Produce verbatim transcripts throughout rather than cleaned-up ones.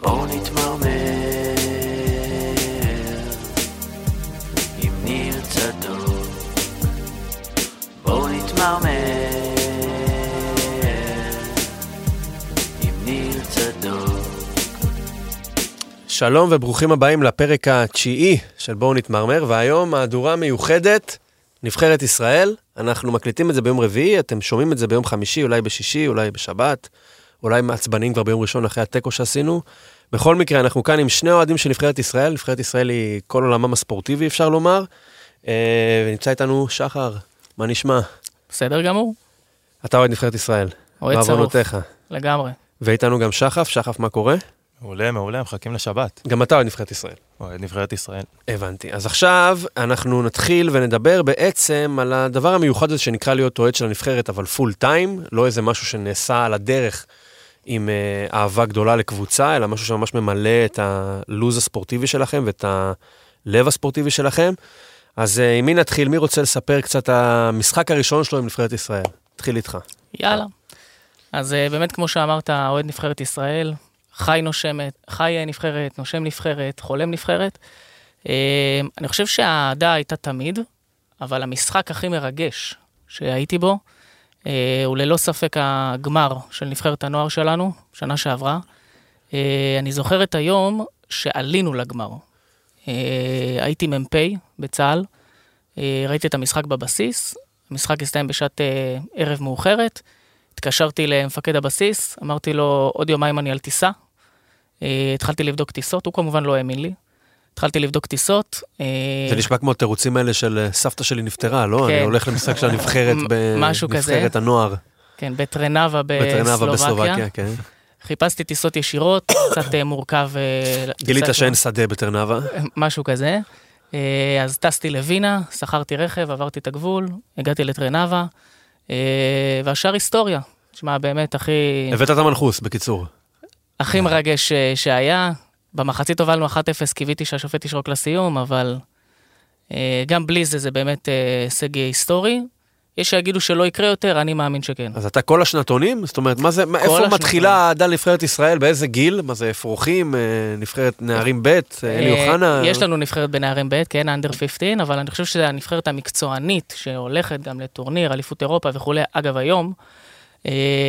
בואו נתמרמר עם ניר צדוק, בואו נתמרמר עם ניר צדוק. שלום וברוכים הבאים לפרק התשיעי של בואו נתמרמר, והיום מהדורה מיוחדת, נבחרת ישראל. אנחנו מקליטים את זה ביום רביעי, אתם שומעים את זה ביום חמישי, אולי בשישי, אולי בשבת, אולי מעצבנים כבר ביום ראשון אחרי הטקו שעשינו. בכל מקרה, אנחנו כאן עם שני אוהדים של נבחרת ישראל. נבחרת ישראל היא כל עולמם הספורטיבי, אפשר לומר. ונמצא איתנו שחר, מה נשמע? בסדר גמור. אתה אוהד נבחרת ישראל. אוהד צרוף. בעוונותיך. לגמרי. ואיתנו גם שחף. שחף, מה קורה? מעולה, מעולה, מחכים לשבת. גם אתה אוהד נבחרת ישראל. אוהד נבחרת ישראל. הבנתי. אז עכשיו אנחנו נתחיל ונדבר בעצם על הדבר המיוחד הזה שנקרא להיות אוהד של הנבחרת, אבל פול טיים, לא איזה משהו שנעשה על הדרך עם uh, אהבה גדולה לקבוצה, אלא משהו שממש ממלא את הלוז הספורטיבי שלכם ואת הלב הספורטיבי שלכם. אז uh, עם מי נתחיל? מי רוצה לספר קצת המשחק הראשון שלו עם נבחרת ישראל? תתחיל איתך. יאללה. אז uh, באמת כמו שאמרת, אוהד נבחרת ישראל, חי נושמת, חי נבחרת, נושם נבחרת, חולם נבחרת. Uh, אני חושב שהאהדה הייתה תמיד, אבל המשחק הכי מרגש שהייתי בו, uh, הוא ללא ספק הגמר של נבחרת הנוער שלנו, שנה שעברה. Uh, אני זוכר את היום שעלינו לגמר. Uh, הייתי ממפי בצהל, uh, ראיתי את המשחק בבסיס, המשחק הסתיים בשעת uh, ערב מאוחרת, התקשרתי למפקד הבסיס, אמרתי לו, עוד יומיים אני על טיסה, uh, התחלתי לבדוק טיסות, הוא כמובן לא האמין לי, התחלתי לבדוק טיסות. זה נשמע כמו התירוצים האלה של סבתא שלי נפטרה, לא? אני הולך למשחק של הנבחרת בנבחרת הנוער. כן, בטרנבה בסלובקיה. חיפשתי טיסות ישירות, קצת מורכב. גילית שאין שדה בטרנבה? משהו כזה. אז טסתי לווינה, שכרתי רכב, עברתי את הגבול, הגעתי לטרנבה, והשאר היסטוריה. תשמע, באמת הכי... הבאת את המנחוס, בקיצור. הכי מרגש שהיה. במחצית הובלנו אחת אפס, קיוויתי שהשופט ישרוק לסיום, אבל אה, גם בלי זה, זה באמת הישג אה, היסטורי. יש שיגידו שלא יקרה יותר, אני מאמין שכן. אז אתה כל השנתונים? זאת אומרת, מה זה, מה, איפה השנתונים. מתחילה העדה נבחרת ישראל? באיזה גיל? מה זה, אפרוחים? אה, נבחרת נערים ב', אה, אלי אוחנה? יש לנו נבחרת בנערים ב', כן, אנדר חמש עשרה, אבל אני חושב שזה הנבחרת המקצוענית, שהולכת גם לטורניר, אליפות אירופה וכו'. אגב, היום, אה,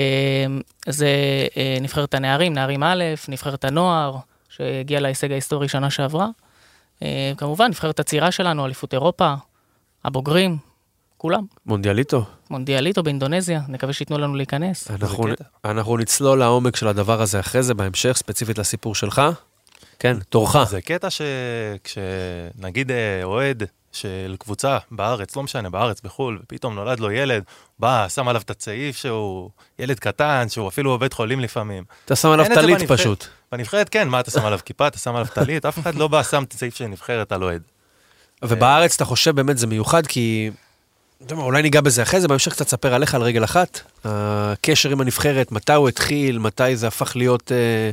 זה אה, נבחרת הנערים, נערים א', נבחרת הנוער, שהגיע להישג ההיסטורי שנה שעברה. כמובן, נבחרת הצעירה שלנו, אליפות אירופה, הבוגרים, כולם. מונדיאליטו. מונדיאליטו באינדונזיה, נקווה שיתנו לנו להיכנס. אנחנו, אנחנו נצלול לעומק של הדבר הזה אחרי זה, בהמשך, ספציפית לסיפור שלך. כן, תורך. זה קטע שכשנגיד אוהד של קבוצה בארץ, לא משנה, בארץ, בחול, ופתאום נולד לו ילד, בא, שם עליו את הצעיף שהוא ילד קטן, שהוא אפילו בבית חולים לפעמים. אתה שם עליו תלית פשוט. בנבחרת, כן, מה אתה שם עליו כיפה, אתה שם עליו תלית, אף אחד לא בא, שם את הצעיף של נבחרת על אוהד. ובארץ אתה חושב באמת זה מיוחד, כי אולי ניגע בזה אחרי זה, בהמשך קצת ספר עליך על רגל אחת, הקשר עם הנבחרת, מתי הוא התחיל, מתי זה הפך להיות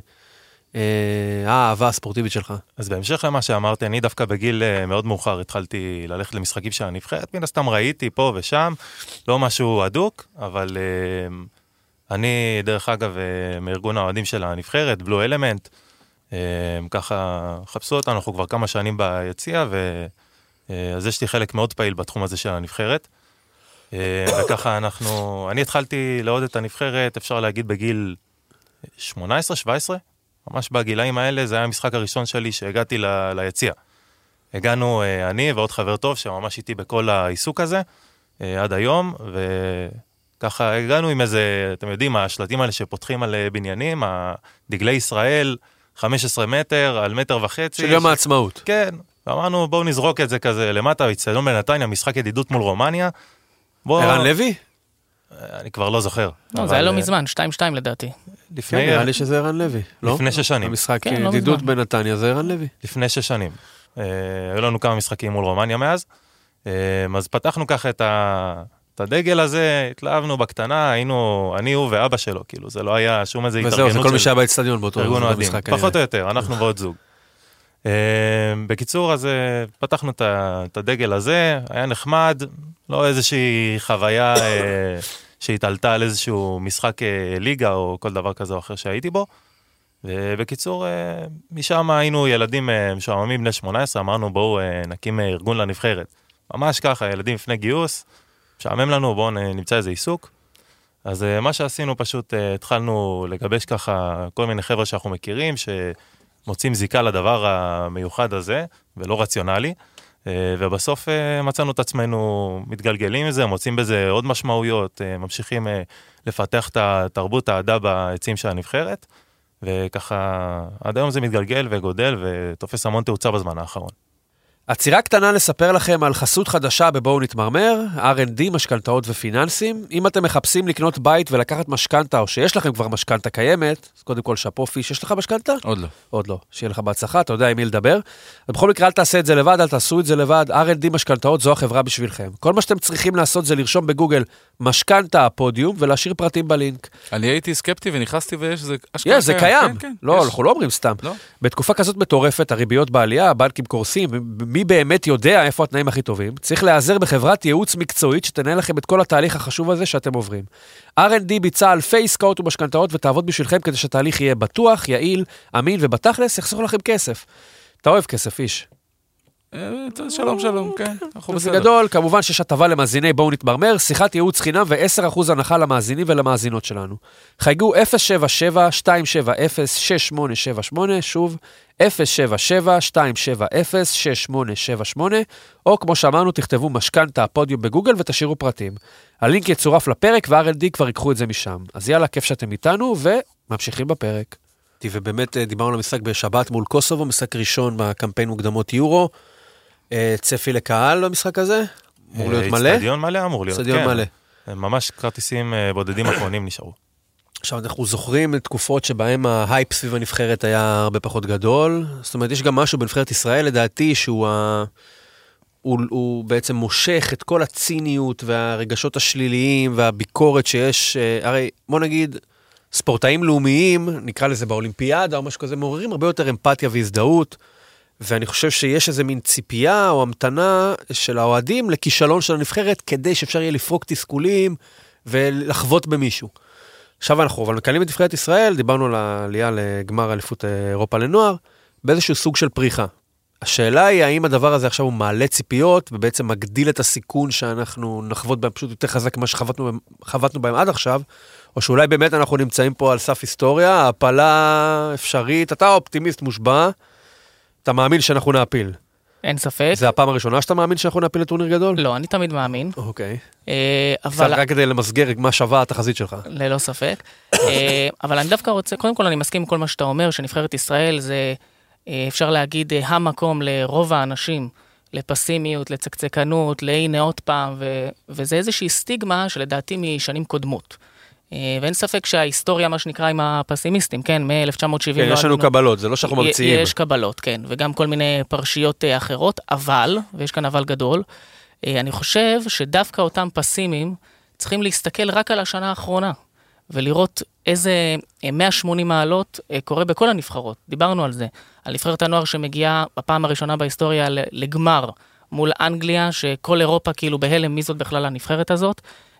האהבה הספורטיבית שלך. אז בהמשך למה שאמרתי, אני דווקא בגיל מאוד מאוחר התחלתי ללכת למשחקים של הנבחרת, מן הסתם ראיתי פה ושם, לא משהו הדוק, אבל אני דרך אגב מארגון האוהדים של הנבחרת, בלו אלמנט, ככה חפשו אותנו, אנחנו כבר כמה שנים ביציאה, אז יש לי חלק מאוד פעיל בתחום הזה של הנבחרת, וככה אנחנו, אני התחלתי לעוד את הנבחרת, אפשר להגיד בגיל שמונה עשרה שבע עשרה, ממש בגילאים האלה, זה היה המשחק הראשון שלי שהגעתי ל- ליציאה. הגענו אה, אני ועוד חבר טוב שממש איתי בכל העיסוק הזה, אה, עד היום, וככה הגענו עם איזה, אתם יודעים, השלטים האלה שפותחים על בניינים, דגלי ישראל, חמישה עשר מטר, על מטר וחצי. של יום העצמאות. כן, ואמרנו בואו נזרוק את זה כזה למטה, הצטדיון בנתניה, משחק ידידות מול רומניה. בוא... ערן לוי? אני כבר לא זוכר. לא, זה היה לא מזמן, שתיים שתיים לדעתי. כן, נראה לי שזה ערן לוי, לא? לפני שש שנים. המשחק ידידות בנתניה, זה ערן לוי. לפני שש שנים. היו לנו כמה משחקים מול רומניה מאז. אז פתחנו ככה את הדגל הזה, התלהבנו בקטנה, היינו, אני הוא ואבא שלו, כאילו, זה לא היה שום איזה התארגנות של... וזהו, זה כל מי שהיה באצטדיון באותו משחק. פחות או יותר, אנחנו ועוד זוג. בקיצור, אז פתחנו את הדגל הזה, היה נחמד, לא איזושהי חוויה שהתעלתה על איזשהו משחק ליגה או כל דבר כזה או אחר שהייתי בו. ובקיצור, משם היינו ילדים משועממים בני שמונה עשרה, אמרנו בואו נקים ארגון לנבחרת. ממש ככה, ילדים לפני גיוס, משעמם לנו, בואו נמצא איזה עיסוק. אז מה שעשינו פשוט, התחלנו לגבש ככה כל מיני חבר'ה שאנחנו מכירים, שמוצאים זיקה לדבר המיוחד הזה, ולא רציונלי, ובסוף מצאנו את עצמנו מתגלגלים מזה, מוצאים בזה עוד משמעויות, ממשיכים לפתח את התרבות העדה בעצים של הנבחרת, וככה עד היום זה מתגלגל וגודל, ותופס המון תאוצה בזמן האחרון. עצירה קטנה לספר לכם על חסות חדשה בבואו נתמרמר, אר אנד די, משכנתאות ופיננסים. אם אתם מחפשים לקנות בית ולקחת משכנתה, או שיש לכם כבר משכנתה קיימת, אז קודם כל שפו פיש, יש לך משכנתה? עוד לא. עוד לא. שיהיה לך בהצלחה, אתה יודע עם מי לדבר. בכל מקרה, אל תעשה את זה לבד, אל תעשו את זה לבד. אר אנד די משכנתאות זו החברה בשבילכם. כל מה שאתם צריכים לעשות זה לרשום בגוגל משכנתה הפודיום ולהשאיר פרטים בלינק. אני הייתי סקפטי ונכנסתי ויש זה אשכרה. יש, זה קיים. כן, כן, לא, יש. אנחנו לא אומרים סתם. לא. בתקופה כזאת מטורפת, הריביות בעלייה, הבנקים קורסים, מי באמת יודע איפה התנאים הכי טובים? צריך להיעזר בחברת ייעוץ מקצועית שתנהל לכם את כל התהליך החשוב הזה שאתם עוברים. אר אנד די ביצע אלפי עסקאות ומשכנתאות ותעבוד בשבילכם כדי שהתהליך יהיה בטוח, יעיל, אמין ובתכלס יחסוך לכם כסף. אתה אוהב כסף, איש. שלום, שלום, כן. אנחנו בסדר. בגדול, כמובן שיש הטבה למאזיני בואו נתמרמר, שיחת ייעוץ חינם ו-עשרה אחוז הנחה למאזינים ולמאזינות שלנו. חייגו אפס שבע שבע שתיים שבע אפס שש שמונה שבע שמונה, שוב, אפס שבע שבע שתיים שבע אפס שש שמונה שבע שמונה, או כמו שאמרנו, תכתבו משכנתה הפודיום בגוגל ותשאירו פרטים. הלינק יצורף לפרק ו-אר אנד די כבר ייקחו את זה משם. אז יאללה, כיף שאתם איתנו וממשיכים בפרק. ובאמת דיברנו על המשחק בשבת מול קוסובו, משחק ראשון בקמפיין מוקדמות יורו. צפי לקהל במשחק הזה? אמור להיות מלא? אצטדיון מלא אמור להיות, אצטדיון מלא. ממש כרטיסים בודדים אחרונים נשארו. עכשיו, אנחנו זוכרים תקופות שבהם ההייפ סביב הנבחרת היה הרבה פחות גדול. זאת אומרת, יש גם משהו בנבחרת ישראל, לדעתי, שהוא ה... הוא, הוא בעצם מושך את כל הציניות והרגשות השליליים והביקורת שיש. הרי, בוא נגיד, ספורטאים לאומיים, נקרא לזה באולימפיאדה או משהו כזה, מעוררים הרבה יותר אמפתיה והזדהות. ואני חושב שיש איזה מין ציפייה או המתנה של האוהדים לכישלון של הנבחרת, כדי שאפשר יהיה לפרוק תסכולים ולחוות במישהו. עכשיו אנחנו, אבל מקיימים את נבחרת ישראל, דיברנו על העלייה לגמר אליפות אירופה לנוער, באיזשהו סוג של פריחה. השאלה היא, האם הדבר הזה עכשיו הוא מעלה ציפיות, ובעצם מגדיל את הסיכון שאנחנו נחוות בהם פשוט יותר חזק ממה שחוותנו בהם עד עכשיו, או שאולי באמת אנחנו נמצאים פה על סף היסטוריה, ההפלה אפשרית, אתה אופטימיסט מושבע, אתה מאמין שאנחנו נעפיל? אין ספק. זה הפעם הראשונה שאתה מאמין שאנחנו נעפיל לטורניר גדול? לא, אני תמיד מאמין. אוקיי. אבל... רק כדי למסגר מה שווה התחזית שלך. ללא ספק. אבל אני דווקא רוצה, קודם כל אני מסכים עם כל מה שאתה אומר, שנבחרת ישראל זה, אפשר להגיד, המקום לרוב האנשים, לפסימיות, לצקצקנות, להנה עוד פעם, וזה איזושהי סטיגמה שלדעתי משנים קודמות. ואין ספק שההיסטוריה, מה שנקרא עם הפסימיסטים, כן, מ-אלף תשע מאות שבעים... כן, יש לנו קבלות, זה לא שאנחנו ממציאים. יש קבלות, כן, וגם כל מיני פרשיות אחרות, אבל, ויש כאן אבל גדול, אני חושב שדווקא אותם פסימים צריכים להסתכל רק על השנה האחרונה, ולראות איזה מאה ושמונים מעלות קורה בכל הנבחרות. דיברנו על זה, על נבחרת הנוער שמגיעה בפעם הראשונה בהיסטוריה לגמר מול אנגליה, שכל אירופה כאילו בהלם מי זאת בכלל הנבחרת הזאת,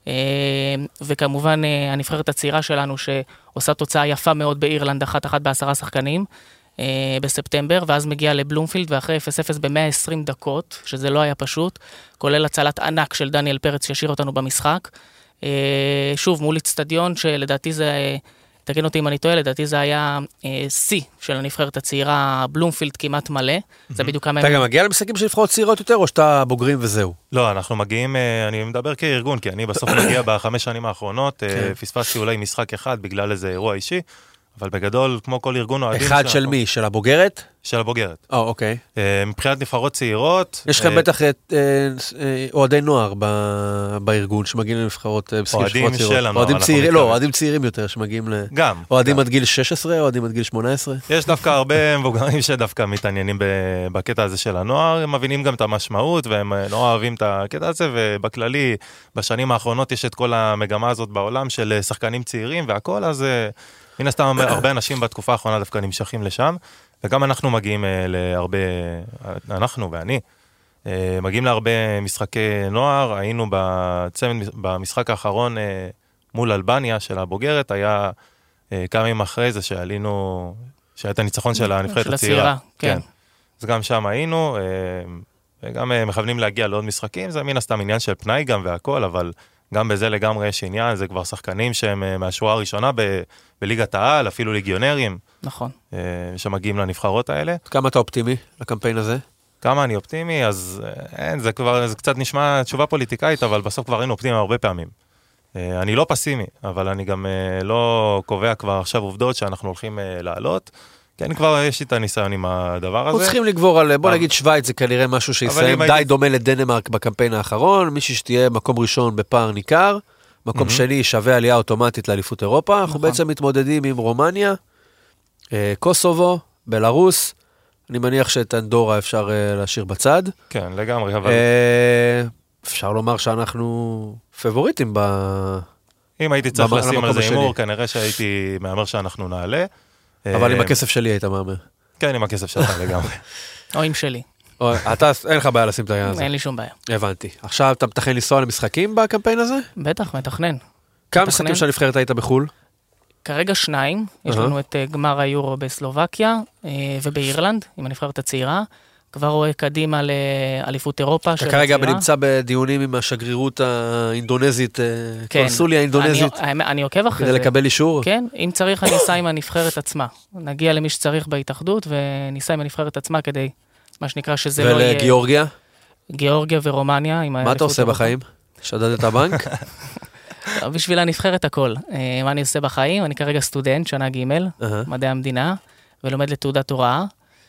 וכמובן הנבחרת הצעירה שלנו שעושה תוצאה יפה מאוד באירלנד, אחת אחת בעשרה שחקנים בספטמבר, ואז מגיעה לבלומפילד ואחרי אפס אפס ב-מאה ועשרים דקות, שזה לא היה פשוט, כולל הצלת ענק של דניאל פרץ שהשאיר אותנו במשחק. שוב, מול אצטדיון שלדעתי זה, תגן אותי אם אני טועה, לדעתי זה היה C של הנבחרת הצעירה, בלומפילד כמעט מלא. זה בדיוק כמה... אתה גם מגיע למשחקים של נבחרות צעירות יותר, או שאתה בוגרים וזהו? לא, אנחנו מגיעים, אני מדבר כארגון, כי אני בסוף מגיע בחמש שנים האחרונות, פספסתי אולי משחק אחד בגלל איזה אירוע אישי, אבל בגדול, כמו כל ארגון אוהדים... אחד של מי? של הבוגרת? של הבוגרת. או, אוקיי. מבחינת נבחרות צעירות... יש לכם בטח אוהדי נוער בארגון שמגיעים לנבחרות צעירות. אוהדים של הנוער. לא, אוהדים צעירים יותר שמגיעים ל... גם. אוהדים עד גיל שש עשרה, אוהדים עד גיל שמונה עשרה. יש דווקא הרבה מבוגרים שדווקא מתעניינים בקטע הזה של הנוער, הם מבינים גם את המשמעות, והם נורא אוהבים את הקטע הזה, ובכללי, בשנים האחרונות יש את כל המגמה הזאת בעולם של שחקנים צעירים והכל, אז מן הסתם הרבה אנשים בתקופה האחרונה דווקא נמשכים לשם, וגם אנחנו מגיעים להרבה, אנחנו ואני, מגיעים להרבה משחקי נוער, היינו בצמד, במשחק האחרון מול אלבניה של הבוגרת, היה כמה ימים אחרי זה שעלינו שהיה את הניצחון של הנבחרת של הצעירה. הצעירה, כן. אז גם שם היינו, וגם מכוונים להגיע לעוד משחקים, זה מן הסתם עניין של פנאי גם והכל, אבל גם בזה לגמרי יש עניין, זה כבר שחקנים שהם מהשורה הראשונה ב- בליגת העל, אפילו ליגיונרים. נכון. שמגיעים לנבחרות האלה. כמה אתה אופטימי לקמפיין הזה? כמה אני אופטימי, אז אין, זה כבר, זה קצת נשמע תשובה פוליטיקאית, אבל בסוף כבר היינו אופטימיים הרבה פעמים. אני לא פסימי, אבל אני גם לא קובע כבר עכשיו עובדות שאנחנו הולכים לעלות, כי אני כבר יש לי את הניסיון עם הדבר הזה. אנחנו צריכים לגבור על, בוא נגיד שוויץ, זה כנראה משהו שיסיים די דומה לדנמרק בקמפיין האחרון, מישהו שתהיה מקום ראשון בפער ניכר, מקום שני שווה עלייה אוטומטית לאליפות אירופה, אנחנו בעצם מתמודדים עם רומניה, קוסובו, בלרוס, אני מניח שאת אנדורה אפשר להשאיר בצד. כן, לגמרי, אבל... אפשר לומר שאנחנו פבוריטים ב... אם הייתי צריך לשים על זה אימור, כנראה שהייתי מאמר שאנחנו נעלה. אבל עם הכסף שלי היית מאמר. כן, עם הכסף שלך לגמרי. או עם שלי. אתה, אין לך בעיה לשים את העניין הזה. אין לי שום בעיה. הבנתי. עכשיו אתה מתכנן לנסוע למשחקים בקמפיין הזה? בטח, מתכנן. כמה משחקים של הנבחרת היית בחול? כרגע שניים. יש לנו את גמר היורו בסלובקיה ובאירלנד, עם הנבחרת הצעירה. כבר רואה קדימה לאליפות אירופה של הצעירה. כרגע נמצא בדיונים עם השגרירות האינדונזית, קונסוליה האינדונזית. אני עוקב אחרי זה. כדי לקבל אישור? כן, אם צריך אני אסע עם הנבחרת עצמה. נגיע למי שצריך בהתאחדות וניסע עם הנבחרת עצמה כדי, מה שנקרא שזה לא יהיה... ולגיאורגיה? גיאורגיה ורומניה. מה אתה עושה בחיים? שדד את הבנק? בשביל הנבחרת הכל. מה אני עושה בחיים? אני כרגע סטודנט, שנה ג' מדעי המדינה, ולומד לתעודת הוראה.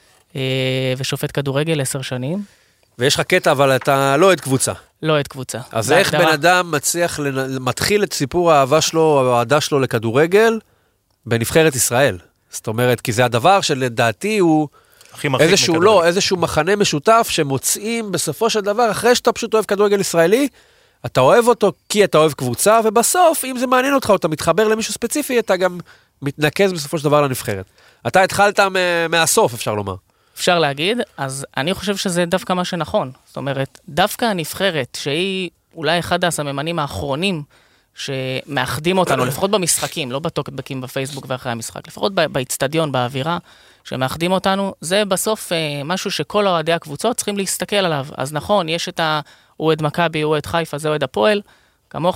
ושופט כדורגל עשר שנים. ויש לך קטע, אבל אתה לא עד קבוצה. לא עד קבוצה. אז איך בן אדם מצליח, מתחיל את סיפור האהבה שלו, או האהדה שלו לכדורגל, בנבחרת ישראל? זאת אומרת, כי זה הדבר שלדעתי הוא איזשהו לא, איזשהו מחנה משותף, שמוצאים בסופו של דבר, אחרי שאתה פשוט אוהב כדורגל ישראלי, אתה אוהב אותו כי אתה אוהב קבוצה, ובסוף, אם זה מעניין אותך, או אתה מתחבר למישהו ספציפי, אתה גם מתנקז בסופו של דבר לנבחרת. אתה התחלת מהסוף, אפשר לומר. אפשר להגיד, אז אני חושב שזה דווקא מה שנכון. זאת אומרת, דווקא הנבחרת, שהיא אולי אחד הסממנים האחרונים שמאחדים אותנו, לפחות במשחקים, לא בטוקבקים בפייסבוק ואחרי המשחק, לפחות באצטדיון, באווירה, שמאחדים אותנו, זה בסוף משהו שכל אוהדי הקבוצות צריכים להסתכל עליו. אז נכון, יש את האוהד מכבי, אוהד חיפה, זה אוהד הפועל, כמוך,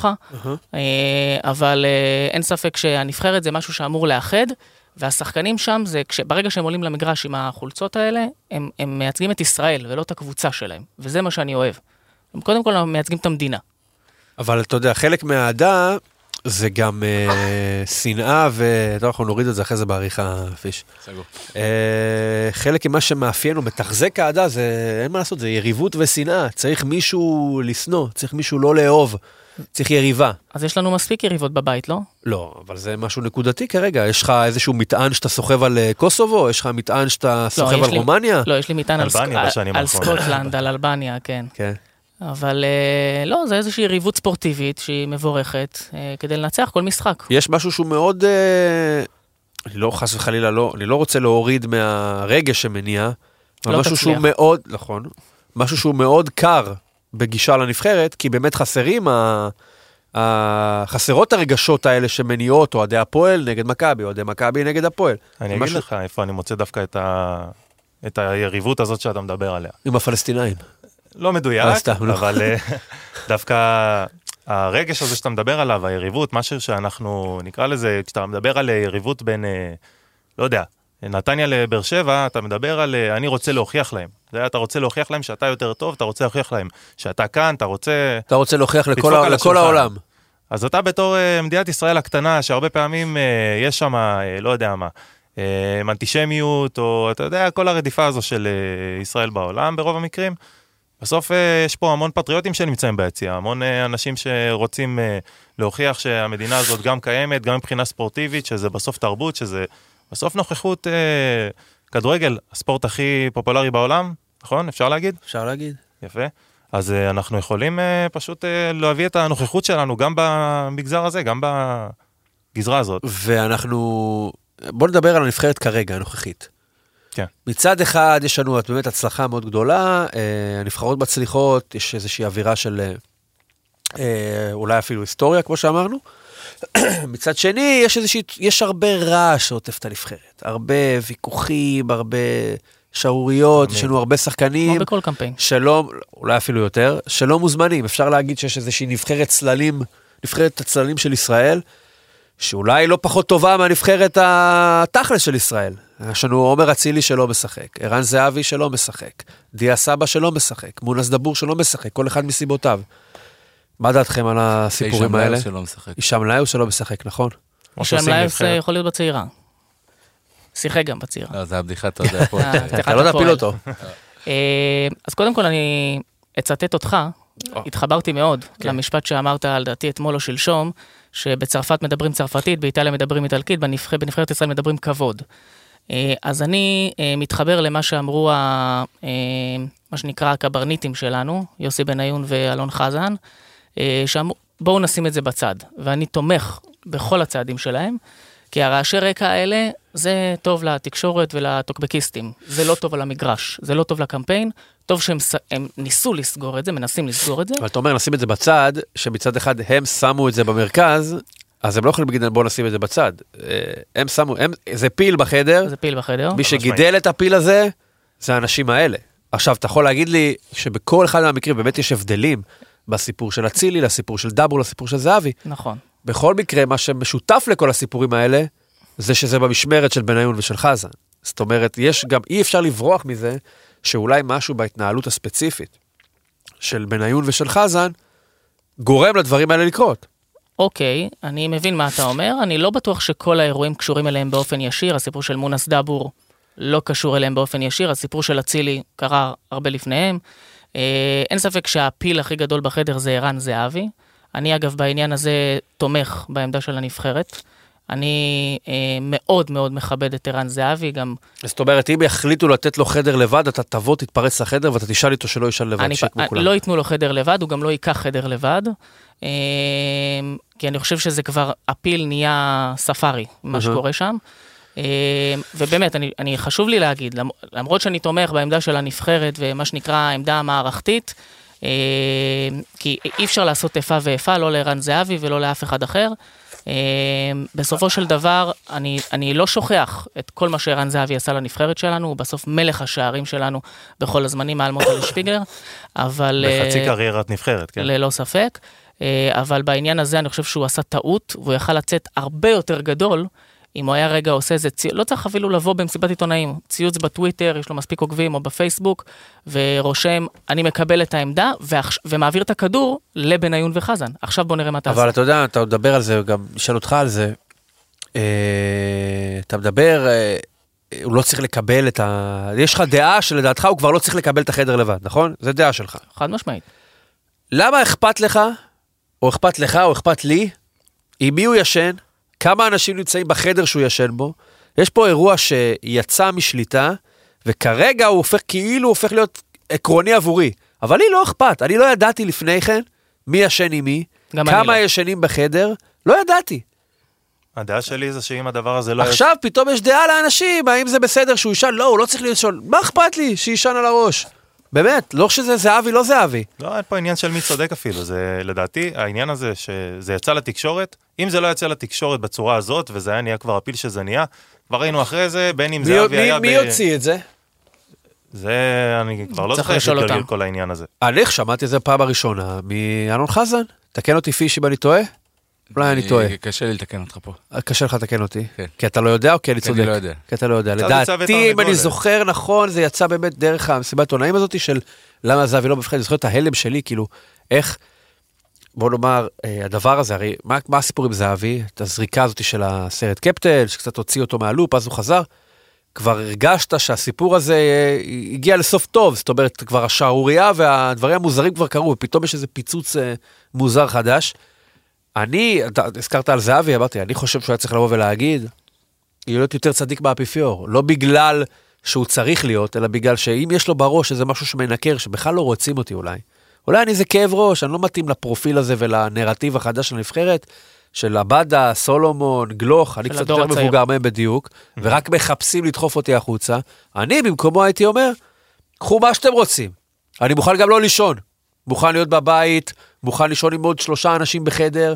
אבל אין ספק שהנבחרת זה משהו שאמור לאחד, והשחקנים שם זה, ברגע שהם עולים למגרש עם החולצות האלה, הם, הם מייצגים את ישראל ולא את הקבוצה שלהם, וזה מה שאני אוהב. הם קודם כל מייצגים את המדינה. אבל אתה יודע, חלק מהעדה זה גם אה, שנאה, ואתה אנחנו נוריד את זה אחרי זה בעריכה, פיש. סגור. אה, חלק ממה שמאפיין ומתחזק העדה, זה, אין מה לעשות, זה יריבות ושנאה. צריך מישהו לשנוא, צריך מישהו לא לאהוב. צריך יריבה. אז יש לנו מספיק יריבות בבית, לא? לא, אבל זה משהו נקודתי כרגע. יש לך איזשהו מטען שאתה סוחב על קוסובו? יש לך מטען שאתה סוחב על רומניה? לא, יש לי מטען על סקוטלנד, על אלבניה, כן. כן. אבל לא, זה איזושהי יריבות ספורטיבית שהיא מבורכת כדי לנצח כל משחק. יש משהו שהוא מאוד, אני לא חס וחלילה, אני לא רוצה להוריד מהרגש שמניע, אבל משהו שהוא מאוד, נכון, משהו שהוא מאוד קר, בגישה לנבחרת, כי באמת חסרים, חסרות הרגשות האלה שמניעות, או עדי הפועל נגד מכבי, או עדי מכבי נגד הפועל. אני אגיד לך איפה אני מוצא דווקא את היריבות הזאת שאתה מדבר עליה. עם הפלסטינאים. לא מדויק, אבל דווקא הרגש הזה שאתה מדבר עליו, היריבות, משהו שאנחנו נקרא לזה, כשאתה מדבר על יריבות בין, לא יודע, נתניה לבאר שבע, אתה מדבר על, אני רוצה להוכיח להם. זה, אתה רוצה להוכיח להם שאתה יותר טוב, אתה רוצה להוכיח להם שאתה כאן, אתה רוצה... אתה רוצה להוכיח לכל, ה... לכל העולם. אז אתה בתור uh, מדינת ישראל הקטנה, שהרבה פעמים uh, יש שם, uh, לא יודע מה, uh, אנטישמיות, או אתה יודע, כל הרדיפה הזו של uh, ישראל בעולם, ברוב המקרים. בסוף uh, יש פה המון פטריוטים שנמצאים ביציאה, המון uh, אנשים שרוצים uh, להוכיח שהמדינה הזאת גם קיימת, גם מבחינה ספורטיבית, שזה בסוף תרבות, שזה... בסוף נוכחות אה, כדורגל, הספורט הכי פופולרי בעולם, נכון? אפשר להגיד? אפשר להגיד. יפה. אז אה, אנחנו יכולים אה, פשוט אה, להביא את הנוכחות שלנו גם במגזר הזה, גם בגזרה הזאת. ואנחנו, בוא נדבר על הנבחרת כרגע, הנוכחית. כן. מצד אחד יש לנו באמת הצלחה מאוד גדולה, אה, הנבחרות מצליחות, יש איזושהי אווירה של אה, אולי אפילו היסטוריה, כמו שאמרנו. מצד שני, יש איזושהי, יש הרבה רעש שעוטף את הנבחרת, הרבה ויכוחים, הרבה שעוריות, יש לנו הרבה שחקנים. כמו בכל קמפיין. שלא, אולי אפילו יותר, שלא מוזמנים. אפשר להגיד שיש איזושהי נבחרת צללים, נבחרת הצללים של ישראל, שאולי לא פחות טובה מהנבחרת התכלס של ישראל. יש לנו עומר אצילי שלא משחק, ערן זהבי שלא משחק, דיה סבא שלא משחק, מונס דבור שלא משחק, כל אחד מסיבותיו. מה דעתכם על הסיפורים האלה? הישם ליוס שלא משחק. הישם ליוס שלא משחק, נכון? הישם ליוס יכול להיות בצעירה. שיחק גם בצעירה. לא, זה הבדיחה, אתה יודע פה. אתה לא תפיל אותו. אז קודם כל אני אצטט אותך, התחברתי מאוד למשפט שאמרת על דעתי אתמול או שלשום, שבצרפת מדברים צרפתית, באיטליה מדברים איטלקית, בנבחרת ישראל מדברים כבוד. אז אני מתחבר למה שאמרו, מה שנקרא הקברניטים שלנו, יוסי בניון ואלון חזן, שאמרו, בואו נשים את זה בצד, ואני תומך בכל הצעדים שלהם, כי הרעשי רקע האלה, זה טוב לתקשורת ולטוקבקיסטים, זה לא טוב על המגרש, זה לא טוב לקמפיין, טוב שהם הם ניסו לסגור את זה, מנסים לסגור את זה. אבל אתה אומר, נשים את זה בצד, שמצד אחד הם שמו את זה במרכז, אז הם לא יכולים להגיד, בואו נשים את זה בצד. הם שמו, הם, זה פיל בחדר. זה פיל בחדר. מי שגידל את הפיל הזה, זה האנשים האלה. עכשיו, אתה יכול להגיד לי, שבכל אחד מהמקרים באמת יש הבדלים, בסיפור של אצילי, לסיפור של דבור, לסיפור של זהבי. נכון. בכל מקרה, מה שמשותף לכל הסיפורים האלה, זה שזה במשמרת של בניון ושל חזן. זאת אומרת, יש גם, אי אפשר לברוח מזה, שאולי משהו בהתנהלות הספציפית של בניון ושל חזן, גורם לדברים האלה לקרות. אוקיי, אני מבין מה אתה אומר, אני לא בטוח שכל האירועים קשורים אליהם באופן ישיר, הסיפור של מונס דבור לא קשור אליהם באופן ישיר, הסיפור של אצילי קרה הרבה לפניהם, אין ספק שהפיל הכי גדול בחדר זה ערן זהבי, אני אגב בעניין הזה תומך בעמדה של הנבחרת, אני אה, מאוד מאוד מכבד את ערן זהבי, גם... זאת אומרת, אם יחליטו לתת לו חדר לבד, אתה תבוא, תתפרץ לחדר, ואתה תשאל איתו שלא ישאל לבד, שיקמו כולם. לא ייתנו לו חדר לבד, הוא גם לא ייקח חדר לבד, אה, כי אני חושב שזה כבר, הפיל נהיה ספארי, מה שקורה שם, אה, ובאמת, אני, אני חשוב לי להגיד, למרות שאני תומך בעמדה של הנבחרת, ומה שנקרא העמדה המערכתית, אה, כי אי אפשר לעשות איפה ואיפה, לא לערן זהבי ולא לאף אחד אחר, בסופו של דבר, אני, אני לא שוכח את כל מה שערן זהבי עשה לנבחרת שלנו, הוא בסוף מלך השערים שלנו בכל הזמנים מעל מוטל שפיגלר, אבל... בחצי קריירת נבחרת, כן. ללא ספק, אבל בעניין הזה אני חושב שהוא עשה טעות, והוא יכל לצאת הרבה יותר גדול, אם הוא היה רגע עושה איזה ציוץ, לא צריך אפילו לבוא במסיבת עיתונאים, ציוץ בטוויטר, יש לו מספיק עוקבים, או בפייסבוק, ורושם, אני מקבל את העמדה, ומעביר את הכדור לבניון וחזן. עכשיו בוא נראה מה תעשה. אבל אתה יודע, אתה מדבר על זה, גם נשאל אותך על זה, אתה מדבר, הוא לא צריך לקבל את ה... יש לך דעה שלדעתך הוא כבר לא צריך לקבל את החדר לבד, נכון? זה דעה שלך. חד משמעית. למה אכפת לך, או אכפת לך, או אכפת לי, עם מי הוא ישן, כמה אנשים נמצאים בחדר שהוא ישן בו, יש פה אירוע שיצא משליטה, וכרגע הוא הופך, כאילו הוא הופך להיות עקרוני עבורי, אבל לי לא אכפת, אני לא ידעתי לפני כן, מי ישן עם מי, כמה לא. ישנים בחדר, לא ידעתי. הדעה שלי זה שאם הדבר הזה לא... עכשיו יש... פתאום יש דעה לאנשים, האם זה בסדר שהוא ישן, לא, הוא לא צריך לישון, מה אכפת לי שישן על הראש? באמת, לא שזה זהבי, לא זהבי. לא, אין פה עניין של מי צודק אפילו, זה לדעתי, העניין הזה שזה יצא לתקשורת, אם זה לא יצא לתקשורת בצורה הזאת, וזה היה נהיה כבר הפיל שזה נהיה, כבר ראינו אחרי זה, בין אם זהבי היה... מי יוציא את זה? זה, אני כבר לא זוכר שתגלגל כל העניין הזה. אני שמעתי את זה פעם הראשונה, מאלון חזן, תקן אותי פישי ואני טועה? אולי אני טועה. קשה לי לתקן אותך פה. קשה לך לתקן אותי? כי אתה לא יודע או כי אני צודק? כי אני לא יודע. כי אתה לא יודע. לדעתי, אם אני זוכר נכון, זה יצא באמת דרך המסיבת עונאים הזאת של למה זהבי לא בבחרת, אני זוכר את ההלם שלי, כאילו, איך, בוא נאמר, הדבר הזה, הרי, מה, מה הסיפור עם זהבי? את הזריקה הזאת של הסרט קפטל, שקצת הוציא אותו מהלופ, אז הוא חזר, כבר הרגשת שהסיפור הזה הגיע לסוף טוב, זאת אומרת, כבר השערוריה והדברים המוזרים כבר קרו, ופתאום יש איזה פיצוץ מוזר חדש. אני, אתה הזכרת על זהבי, אמרתי, אני חושב שהוא היה צריך לבוא ולהגיד, להיות יותר צדיק באפיפיור, לא בגלל שהוא צריך להיות, אלא בגלל שאם יש לו בראש איזה משהו שמנקר, שבכלל לא רוצים אותי אולי, אולי אני זה כאב ראש, אני לא מתאים לפרופיל הזה ולנרטיב החדש של הנבחרת, של הבדה, סולומון, גלוך, אני קצת יותר מבוגר מהם בדיוק, ורק מחפשים לדחוף אותי החוצה, אני במקומו הייתי אומר, קחו מה שאתם רוצים, אני מוכן גם לא לישון, מוכן להיות בבית, מוכן לישון עם עוד שלושה אנשים בחדר,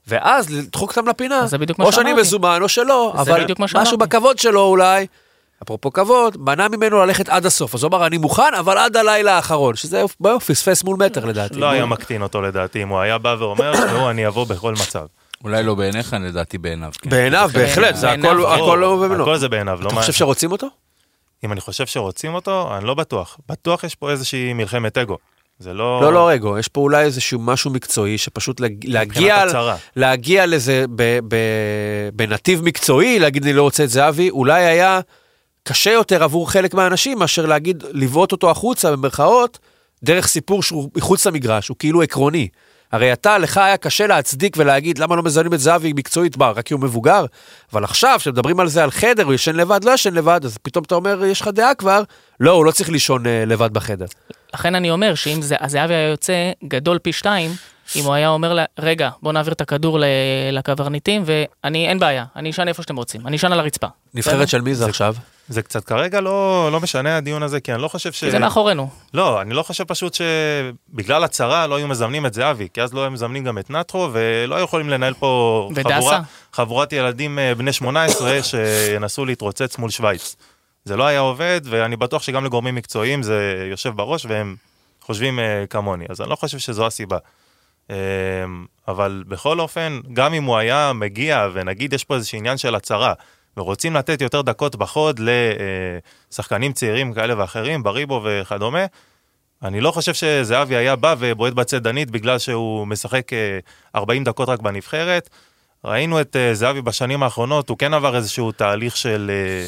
ואז לדחוק אותם לפינה. אז זה בדיוק מה או שאני שאמרתי. מזומן או שלא, זה אבל בדיוק מה משהו שאמרתי. בכבוד שלו אולי, אפרופו כבוד, מנע ממנו ללכת עד הסוף. אז הוא אמר, אני מוכן, אבל עד הלילה האחרון, שזה בעיה, פספס מול מטר לדעתי. לא היה מקטין אותו לדעתי, אם הוא היה בא ואומר, שהוא אני אבוא בכל מצב. אולי לא בעיניך, לדעתי בעיניו. כן. בעיניו, בהחלט, זה בעיניו, הכל ברור. הכל לא ממנו. הכל זה בעיניו. לא אתה מה- חושב שרוצים אותו? אם אני חושב שרוצים אותו, אני לא בטוח. בטוח יש פה איזושהי מלחמת אגו. זה לא... לא, לא, רגע, יש פה אולי איזשהו משהו מקצועי, שפשוט להג- להגיע, מבחינת הצהרה. להגיע לזה ב- ב- בנתיב מקצועי, להגיד אני לא רוצה את זהבי, אולי היה קשה יותר עבור חלק מהאנשים, מאשר להגיד, לבעוט אותו החוצה, במרכאות, דרך סיפור שהוא מחוץ למגרש, הוא כאילו עקרוני. הרי אתה, לך היה קשה להצדיק ולהגיד, למה לא מזמנים את זהבי מקצועית בר, רק כי הוא מבוגר, אבל עכשיו, כשמדברים על זה על חדר, הוא ישן לבד, לא ישן לבד, אז פתאום אתה אומר, יש לך דעה כבר, לא, הוא לא צריך לישון אה, לבד בחדר. לכן אני אומר שאם זה, הזהבי היה יוצא גדול פי שתיים, אם הוא היה אומר לה, רגע, בוא נעביר את הכדור ל- לקברניטים, ואני, אין בעיה, אני אשן איפה שאתם רוצים, אני אשן על הרצפה. נבחרת של מי זה עכשיו? זה קצת כרגע לא, לא משנה הדיון הזה, כי אני לא חושב ש... כי זה מאחורינו. לא, אני לא חושב פשוט שבגלל הצרה לא היו מזמנים את זהבי, כי אז לא היו מזמנים גם את נטרו, ולא היו יכולים לנהל פה ודסה. חבורה, חבורת ילדים אה, בני שמונה עשרה שינסו להתרוצץ מול שוויץ. זה לא היה עובד, ואני בטוח שגם לגורמים מקצועיים זה יושב בראש, והם חושבים אה, כמוני, אז אני לא חושב שזו הסיבה. אה, אבל בכל אופן, גם אם הוא היה מגיע, ונגיד יש פה איזשהו עניין של הצרה, ורוצים לתת יותר דקות בחוד לשחקנים צעירים כאלה ואחרים, בריבו וכדומה, אני לא חושב שזהבי היה בא ובועט בצדנית בגלל שהוא משחק ארבעים דקות רק בנבחרת. ראינו את זהבי בשנים האחרונות, הוא כן עבר איזשהו תהליך של...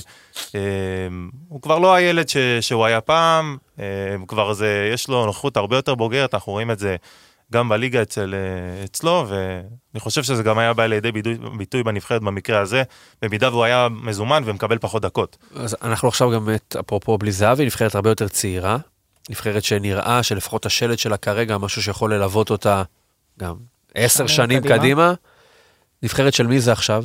הוא כבר לא הילד ש, שהוא היה פעם, כבר זה, יש לו נוכחות הרבה יותר בוגרת, אנחנו רואים את זה גם בליגה אצל, אצלו, ואני חושב שזה גם היה בא לידי ביטוי, ביטוי בנבחרת במקרה הזה, במידה והוא היה מזומן ומקבל פחות דקות. אז אנחנו עכשיו גם, את, אפרופו בלי זהבי, נבחרת הרבה יותר צעירה, נבחרת שנראה שלפחות השלט שלה כרגע, משהו שיכול ללוות אותה גם עשר שנים קדימה. קדימה. נבחרת של מי זה עכשיו?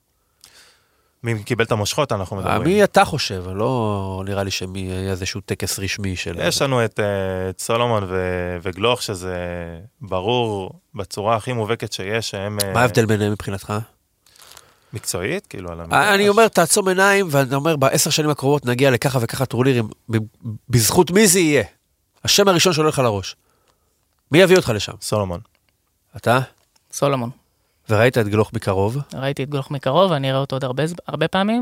מי קיבל את המושכות, אנחנו מדברים. מי אתה חושב? לא נראה לי שמי היה איזשהו טקס רשמי של... יש לנו את, את סולומון ו, וגלוך, שזה ברור בצורה הכי מובהקת שיש, שהם... מה ההבדל ביניהם מבחינתך? מקצועית, כאילו על המגרש. אני אומר, תעצום עיניים, ואני אומר, בעשר שנים הקרובות נגיע לככה וככה טורנירים, בזכות מי זה יהיה? השם הראשון שעולה לך לראש. מי יביא אותך לשם? סולומון. אתה? סולומון. וראית את גלוך מקרוב? ראיתי את גלוך מקרוב, אני אראה אותו עוד הרבה, הרבה פעמים,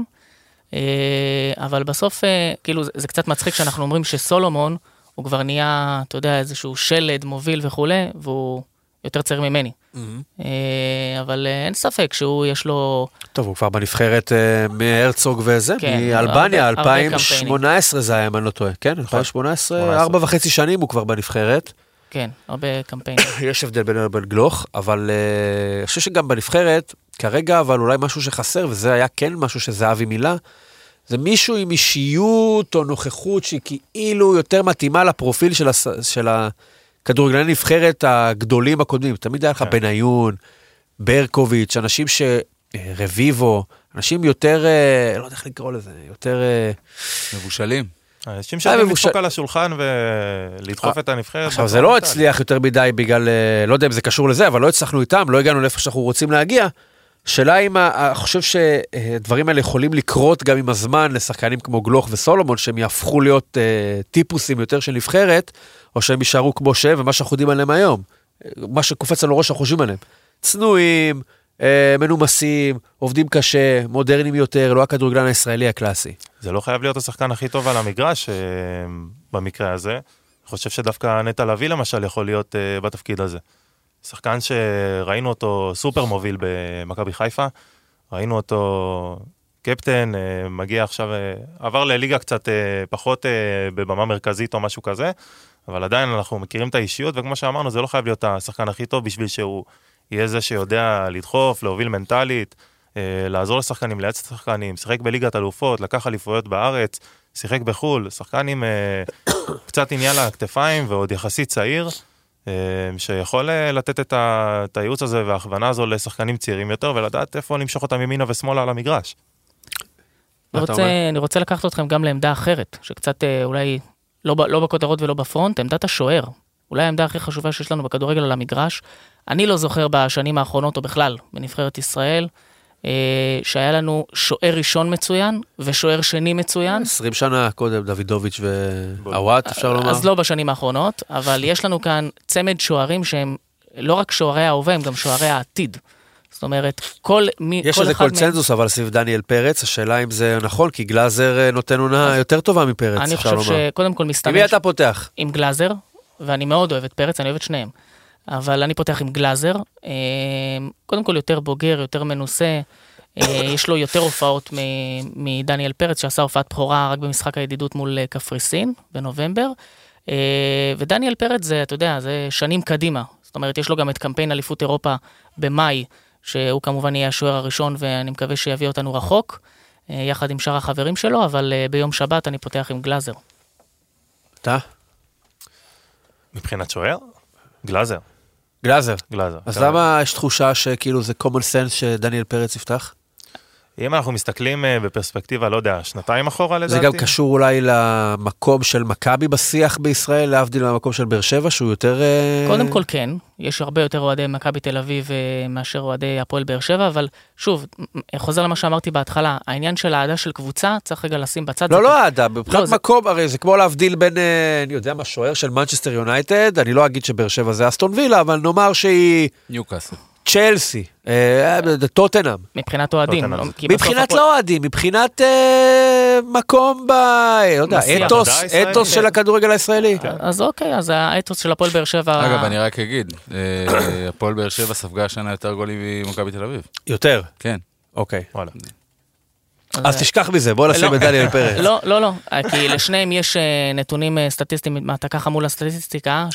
אבל בסוף, כאילו, זה, זה קצת מצחיק שאנחנו אומרים שסולומון, הוא כבר נהיה, אתה יודע, איזשהו שלד, מוביל וכו', והוא יותר צעיר ממני. Mm-hmm. אבל אין ספק שהוא יש לו... טוב, הוא כבר בנבחרת מהרצוג וזה, כן, מאלבניה, הרבה, הרבה אלפיים שמונה עשרה זה היה, אם אני לא טועה, כן? אלפיים שמונה עשרה, ארבע וחצי שנים הוא כבר בנבחרת. כן, הרבה קמפיינים. יש הבדל בין בין גלוך, אבל uh, אני חושב שגם בנבחרת, כרגע, אבל אולי משהו שחסר, וזה היה כן משהו שזהבי מילה, זה מישהו עם אישיות או נוכחות שהיא כאילו יותר מתאימה לפרופיל של, הס... של הכדורגלני נבחרת הגדולים הקודמים. תמיד היה לך כן. בניון, ברקוביץ', אנשים שרביבו, אנשים יותר, לא יודע איך לקרוא לזה, יותר... מבושלים. אנשים שיודעים לדפוק על השולחן ולדחוף את הנבחרת. עכשיו, זה לא הצליח יותר מדי בגלל, לא יודע אם זה קשור לזה, אבל לא הצלחנו איתם, לא הגענו לאיפה שאנחנו רוצים להגיע. שאלה אם, אני חושב שדברים האלה יכולים לקרות גם עם הזמן לשחקנים כמו גלוך וסולומון, שהם יהפכו להיות טיפוסים יותר של נבחרת, או שהם יישארו כמו שהם, ומה שאנחנו יודעים עליהם היום. מה שקופץ לנו ראש, אנחנו חושבים עליהם. צנועים, מנומסים, עובדים קשה, מודרניים יותר, לא הכדורגלן הישראלי הקלאסי. זה לא חייב להיות השחקן הכי טוב על המגרש במקרה הזה. אני חושב שדווקא נטע לביא למשל יכול להיות בתפקיד הזה. שחקן שראינו אותו סופר מוביל במכבי חיפה, ראינו אותו קפטן, מגיע עכשיו, עבר לליגה קצת פחות בבמה מרכזית או משהו כזה, אבל עדיין אנחנו מכירים את האישיות, וכמו שאמרנו, זה לא חייב להיות השחקן הכי טוב בשביל שהוא יהיה זה שיודע לדחוף, להוביל מנטלית, לעזור לשחקנים, לייעץ לשחקנים, שיחק בליגת אלופות, לקח אליפויות בארץ, שיחק בחול, שחקן עם קצת עניין לכתפיים ועוד יחסית צעיר, שיכול לתת את הייעוץ הזה וההכוונה הזו לשחקנים צעירים יותר, ולדעת איפה למשוך אותם ימינה ושמאלה על המגרש. אני רוצה, אני רוצה לקחת אתכם גם לעמדה אחרת, שקצת אולי לא, לא בכותרות ולא בפרונט, עמדת השוער. אולי העמדה הכי חשובה שיש לנו בכדורגל על המגרש. אני לא זוכר בשנים האחרונות, או בכלל, בנבחרת ישראל, שהיה לנו שוער ראשון מצוין, ושוער שני מצוין. עשרים שנה קודם, דוידוביץ' ועוואט, אפשר לומר. אז לא בשנים האחרונות, אבל יש לנו כאן צמד שוערים שהם לא רק שוערי ההווה, הם גם שוערי העתיד. זאת אומרת, כל מי... יש איזה קונצנזוס, אבל סביב דניאל פרץ, השאלה אם זה נכון, כי גלאזר נותן עונה יותר טובה מפרץ, אני חושב שקודם כל מסתמש... עם מי אתה פותח? עם גלאזר, ואני מאוד אוהב את פרץ, אני אוהב את שניהם. אבל אני פותח עם גלאזר, קודם כל יותר בוגר, יותר מנוסה, יש לו יותר הופעות מדניאל פרץ, שעשה הופעת בחורה רק במשחק הידידות מול קפריסין, בנובמבר, ודניאל פרץ זה, אתה יודע, זה שנים קדימה, זאת אומרת, יש לו גם את קמפיין אליפות אירופה במאי, שהוא כמובן יהיה השוער הראשון, ואני מקווה שיביא אותנו רחוק, יחד עם שאר החברים שלו, אבל ביום שבת אני פותח עם גלאזר. אתה? מבחינת שוער? גלאזר. גלאזר. גלאזר. אז למה יש תחושה שכאילו זה common sense שדניאל פרץ יפתח? אם אנחנו מסתכלים בפרספקטיבה, לא יודע, שנתיים אחורה לדעתי. זה גם קשור אולי למקום של מכבי בשיח בישראל, להבדיל מהמקום של באר שבע, שהוא יותר... קודם כל כן, יש הרבה יותר אוהדי מכבי תל אביב מאשר אוהדי הפועל באר שבע, אבל שוב, חוזר למה שאמרתי בהתחלה, העניין של האהדה של קבוצה, צריך רגע לשים בצד. לא, לא האהדה, בבחינת מקום, הרי זה כמו להבדיל בין, אני יודע מה, שוער של מנצ'סטר יונייטד, אני לא אגיד שבאר שבע זה אסטון וילה, אבל נאמר שהיא... ניוקאסל. צ'לסי, טוטנהאם. מבחינת אוהדים. מבחינת לא אוהדים, מבחינת מקום ב... לא יודע, אתוס של הכדורגל הישראלי. אז אוקיי, אז האתוס של הפועל באר שבע... אגב, אני רק אגיד, הפועל באר שבע ספגה השנה יותר גולים ממכבי תל אביב. יותר? כן. אוקיי. אז תשכח מזה, בוא נשים את דניאל פרץ. לא, לא, לא, כי לשניהם יש נתונים סטטיסטיים, אתה ככה מול הסטטיסטיקה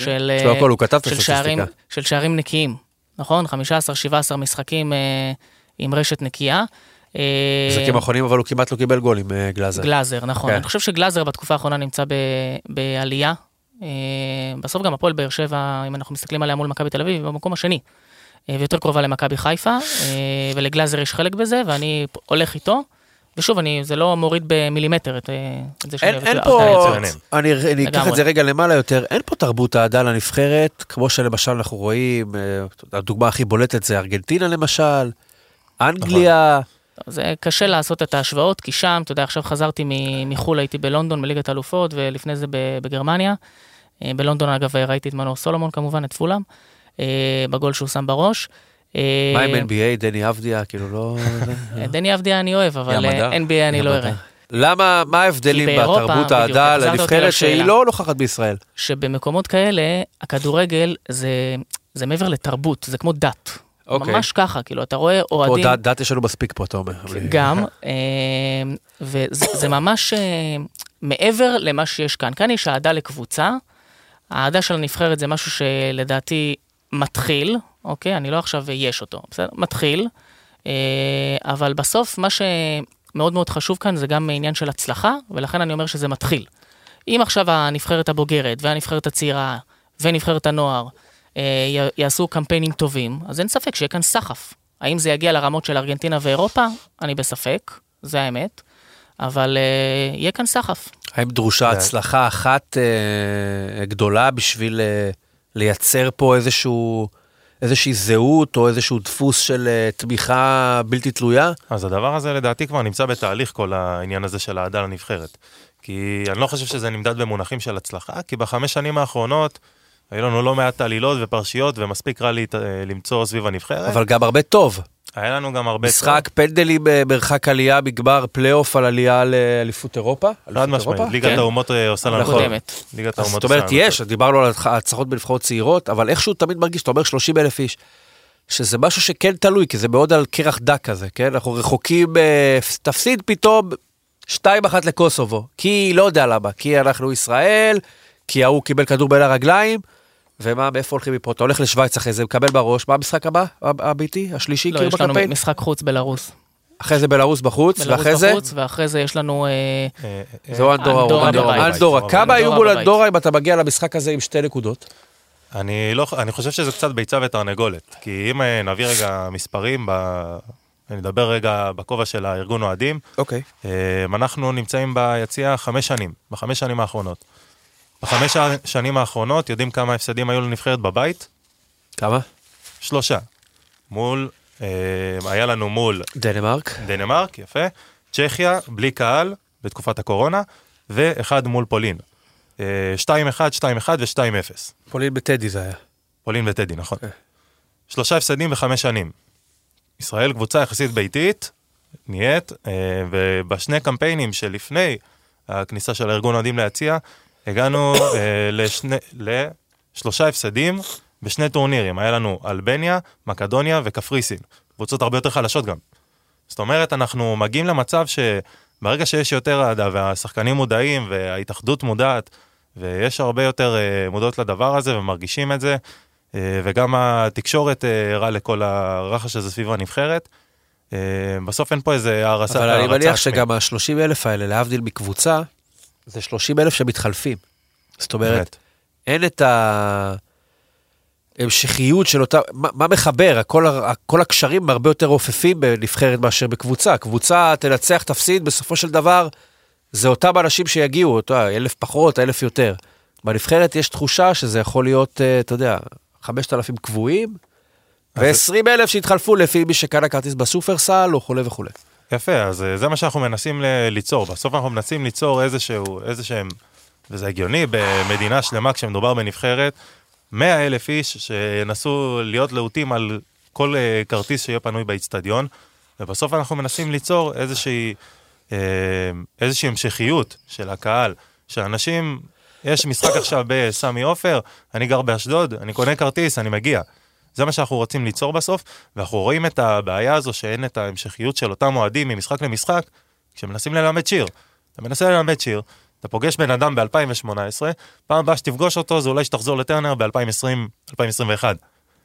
של שערים נקיים. נכון? חמישה עשר שבעה עשר משחקים עם רשת נקייה. משחקים האחרונים, אבל הוא כמעט לא קיבל גול עם גלאזר. גלאזר, נכון. אני חושב שגלאזר בתקופה האחרונה נמצא בעלייה. בסוף גם הפועל באר שבע, אם אנחנו מסתכלים עליה מול מכבי תל אביב, במקום השני. ויותר קרובה למכבי חיפה, ולגלאזר יש חלק בזה, ואני הולך איתו. ושוב, זה לא מוריד במילימטר את זה שאני... אין פה, אני אקח את זה רגע למעלה יותר, אין פה תרבות האהדה לנבחרת, כמו שלמשל אנחנו רואים, הדוגמה הכי בולטת זה ארגנטינה למשל, אנגליה. זה קשה לעשות את ההשוואות, כי שם, אתה יודע, עכשיו חזרתי מחול, הייתי בלונדון, בליגת האלופות, ולפני זה בגרמניה. בלונדון, אגב, ראיתי את מנור סולומון, כמובן, את פולאם, בגול שהוא שם בראש. מה עם אן בי איי, דני אבדיה, כאילו לא... דני אבדיה אני אוהב, אבל אן בי איי אני לא אראה. למה, מה ההבדלים בתרבות האהדה לנבחרת שהיא לא נוכחת בישראל? שבמקומות כאלה, הכדורגל זה מעבר לתרבות, זה כמו דת. ממש ככה, כאילו, אתה רואה אוהדים... פה דת יש לנו מספיק פה, אתה אומר. גם, וזה ממש מעבר למה שיש כאן. כאן יש אהדה לקבוצה, האהדה של הנבחרת זה משהו שלדעתי מתחיל, אוקיי, אני לא עכשיו יש אותו, בסדר? מתחיל, אבל בסוף מה שמאוד מאוד חשוב כאן זה גם עניין של הצלחה, ולכן אני אומר שזה מתחיל. אם עכשיו הנבחרת הבוגרת והנבחרת הצעירה ונבחרת הנוער יעשו קמפיינים טובים, אז אין ספק שיהיה כאן סחף. האם זה יגיע לרמות של ארגנטינה ואירופה? אני בספק, זה האמת, אבל יהיה כאן סחף. האם דרושה הצלחה אחת גדולה בשביל לייצר פה איזשהו... איזושהי זהות או איזשהו דפוס של תמיכה בלתי תלויה? אז הדבר הזה לדעתי כבר נמצא בתהליך כל העניין הזה של האהדה לנבחרת. כי אני לא חושב שזה נמדד במונחים של הצלחה, כי בחמש שנים האחרונות היו לנו לא מעט תעלילות ופרשיות, ומספיק רע לי למצוא סביב הנבחרת. אבל גם הרבה טוב. היה לנו גם הרבה משחק טוב. פנדלי במרחק עלייה, בגבר פלייאוף על עלייה לאליפות אירופה. חד משמעית, ליגת האומות עושה לנו נכון. ליגת האומות זאת אומרת, יש, דיברנו על הצלחות בנבחרות צעירות, אבל איכשהו תמיד מרגיש, אתה אומר שלושים אלף איש, שזה משהו שכן תלוי, כי זה מאוד על קרח דק כזה, כן? אנחנו רחוקים, תפסיד פתאום שתיים אחת לקוסובו, כי לא יודע למה, כי אנחנו ישראל, כי ההוא קיבל כדור בין הרגליים, ומה, באיפה הולכים מפה? אתה הולך לשוויץ אחרי זה, מקבל בראש, מה המשחק הבא? הביתי? השלישי? לא, יש לנו משחק חוץ בלרוס. אחרי זה בלרוס בחוץ, ואחרי זה? בלרוס בחוץ, ואחרי זה יש לנו... זו אנדורה. אנדורה. כמה היו מול אנדורה אם אתה מגיע למשחק הזה עם שתי נקודות? אני חושב שזה קצת ביצה ותרנגולת, כי אם נביא רגע מספרים, אני אדבר רגע בכובע של הארגון אוהדים, אוקיי. אנחנו נמצאים ביציאה חמש שנים, בחמש שנים האחרונות. בחמש השנים האחרונות, יודעים כמה הפסדים היו לנבחרת בבית? כמה? שלושה. מול, אה, היה לנו מול... דנמרק. דנמרק, יפה. צ'כיה, בלי קהל, בתקופת הקורונה, ואחד מול פולין. אה, שתיים אחת, שתיים אחת ו-שתיים אפס. פולין בטדי זה היה. פולין וטדי, נכון. Okay. שלושה הפסדים בחמש שנים. ישראל קבוצה יחסית ביתית, נהיית, אה, ובשני קמפיינים שלפני הכניסה של הארגון אוהדים להציע, הגענו אה, לשני, לשלושה הפסדים בשני טורנירים. היה לנו אלבניה, מקדוניה וקפריסין. קבוצות הרבה יותר חלשות גם. זאת אומרת, אנחנו מגיעים למצב שברגע שיש יותר אהדה והשחקנים מודעים וההתאחדות מודעת, ויש הרבה יותר אה, מודעות לדבר הזה ומרגישים את זה, אה, וגם התקשורת אה, רע לכל הרחש הזה סביב הנבחרת, אה, בסוף אין פה איזה הרצה. אבל אני מניח שגם ה-שלושים אלף האלה, להבדיל מקבוצה, זה שלושים אלף שמתחלפים. זאת אומרת, באמת. אין את ההמשכיות של אותה, מה, מה מחבר? הכל, כל הקשרים הרבה יותר רופפים בנבחרת מאשר בקבוצה. קבוצה תנצח, תפסיד, בסופו של דבר, זה אותם אנשים שיגיעו, אותו, אלף פחות, אלף יותר. בנבחרת יש תחושה שזה יכול להיות, אתה יודע, חמשת אלפים קבועים, ו-עשרים אלף שהתחלפו לפי מי שקנה כרטיס בסופרסל, או חולה וכו'. יפה, אז זה מה שאנחנו מנסים ליצור. בסוף אנחנו מנסים ליצור איזשהו, איזשהם, וזה הגיוני, במדינה שלמה, כשמדובר בנבחרת, מאה אלף איש שנסו להיות להוטים על כל כרטיס שיהיה פנוי באצטדיון, ובסוף אנחנו מנסים ליצור איזושהי, איזושהי המשכיות של הקהל, שאנשים, יש משחק עכשיו בסמי עופר, אני גר באשדוד, אני קונה כרטיס, אני מגיע. זה מה שאנחנו רוצים ליצור בסוף, ואנחנו רואים את הבעיה הזו שאין את ההמשכיות של אותם מועדים ממשחק למשחק, כשמנסים ללמד שיר. אתה מנסה ללמד שיר, אתה פוגש בן אדם ב-אלפיים שמונה עשרה, פעם הבאה שתפגוש אותו זה אולי שתחזור לטרנר ב-אלפיים עשרים אלפיים עשרים ואחת.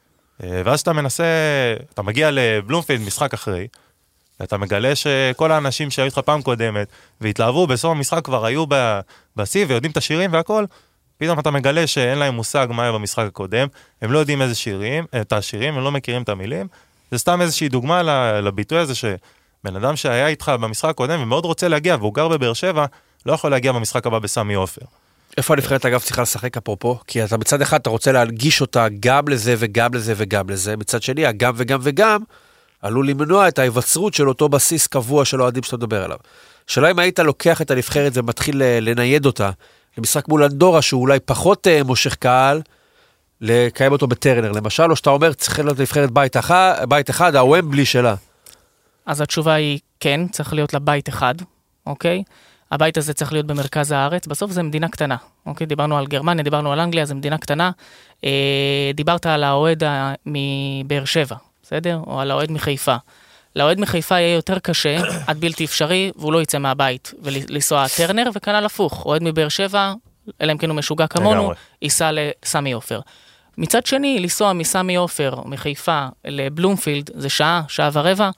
ואז שאתה מנסה, אתה מגיע לבלומפילד משחק אחרי, ואתה מגלה שכל האנשים שהיו איתך פעם קודמת, והתלהבו בסוף המשחק כבר היו בסי ויודעים את השירים והכל, פתאום אתה מגלה שאין להם מושג מה היה במשחק הקודם, הם לא יודעים איזה שירים, את השירים, הם לא מכירים את המילים. זה סתם איזושהי דוגמה לביטוי הזה שבן אדם שהיה איתך במשחק הקודם ומאוד רוצה להגיע, והוא גר בבאר שבע, לא יכול להגיע במשחק הבא בסמי עופר. איפה הנבחרת אגב צריכה לשחק אפרופו? כי אתה מצד אחד אתה רוצה להנגיש אותה גם לזה וגם לזה וגם לזה, מצד שני הגם וגם וגם עלול למנוע את ההיווצרות של אותו בסיס קבוע של אוהדים שאתה מדבר עליו. שאלה אם היית לוקח את הנבחרת ומתחיל לנייד אותה למשחק מול אנדורה, שהוא אולי פחות uh, מושך קהל, לקיים אותו בטרנר, למשל, או שאתה אומר, צריך להיות נבחרת בית אחד, בית אחד, הוומבלי שלה. אז התשובה היא כן, צריך להיות לה בית אחד, אוקיי? הבית הזה צריך להיות במרכז הארץ, בסוף זה מדינה קטנה, אוקיי? דיברנו על גרמניה, דיברנו על אנגליה, זה מדינה קטנה. אה, דיברת על האוהד מבאר שבע, בסדר? או על האוהד מחיפה. לאוהד מחיפה יהיה יותר קשה, עד בלתי אפשרי, והוא לא יצא מהבית ולנסוע טרנר, וכנ"ל הפוך. אוהד מבאר שבע, אלא אם כן הוא משוגע כמונו, ייסע לסמי עופר. מצד שני, לנסוע מסמי עופר, מחיפה לבלומפילד, זה שעה, שעה ורבע,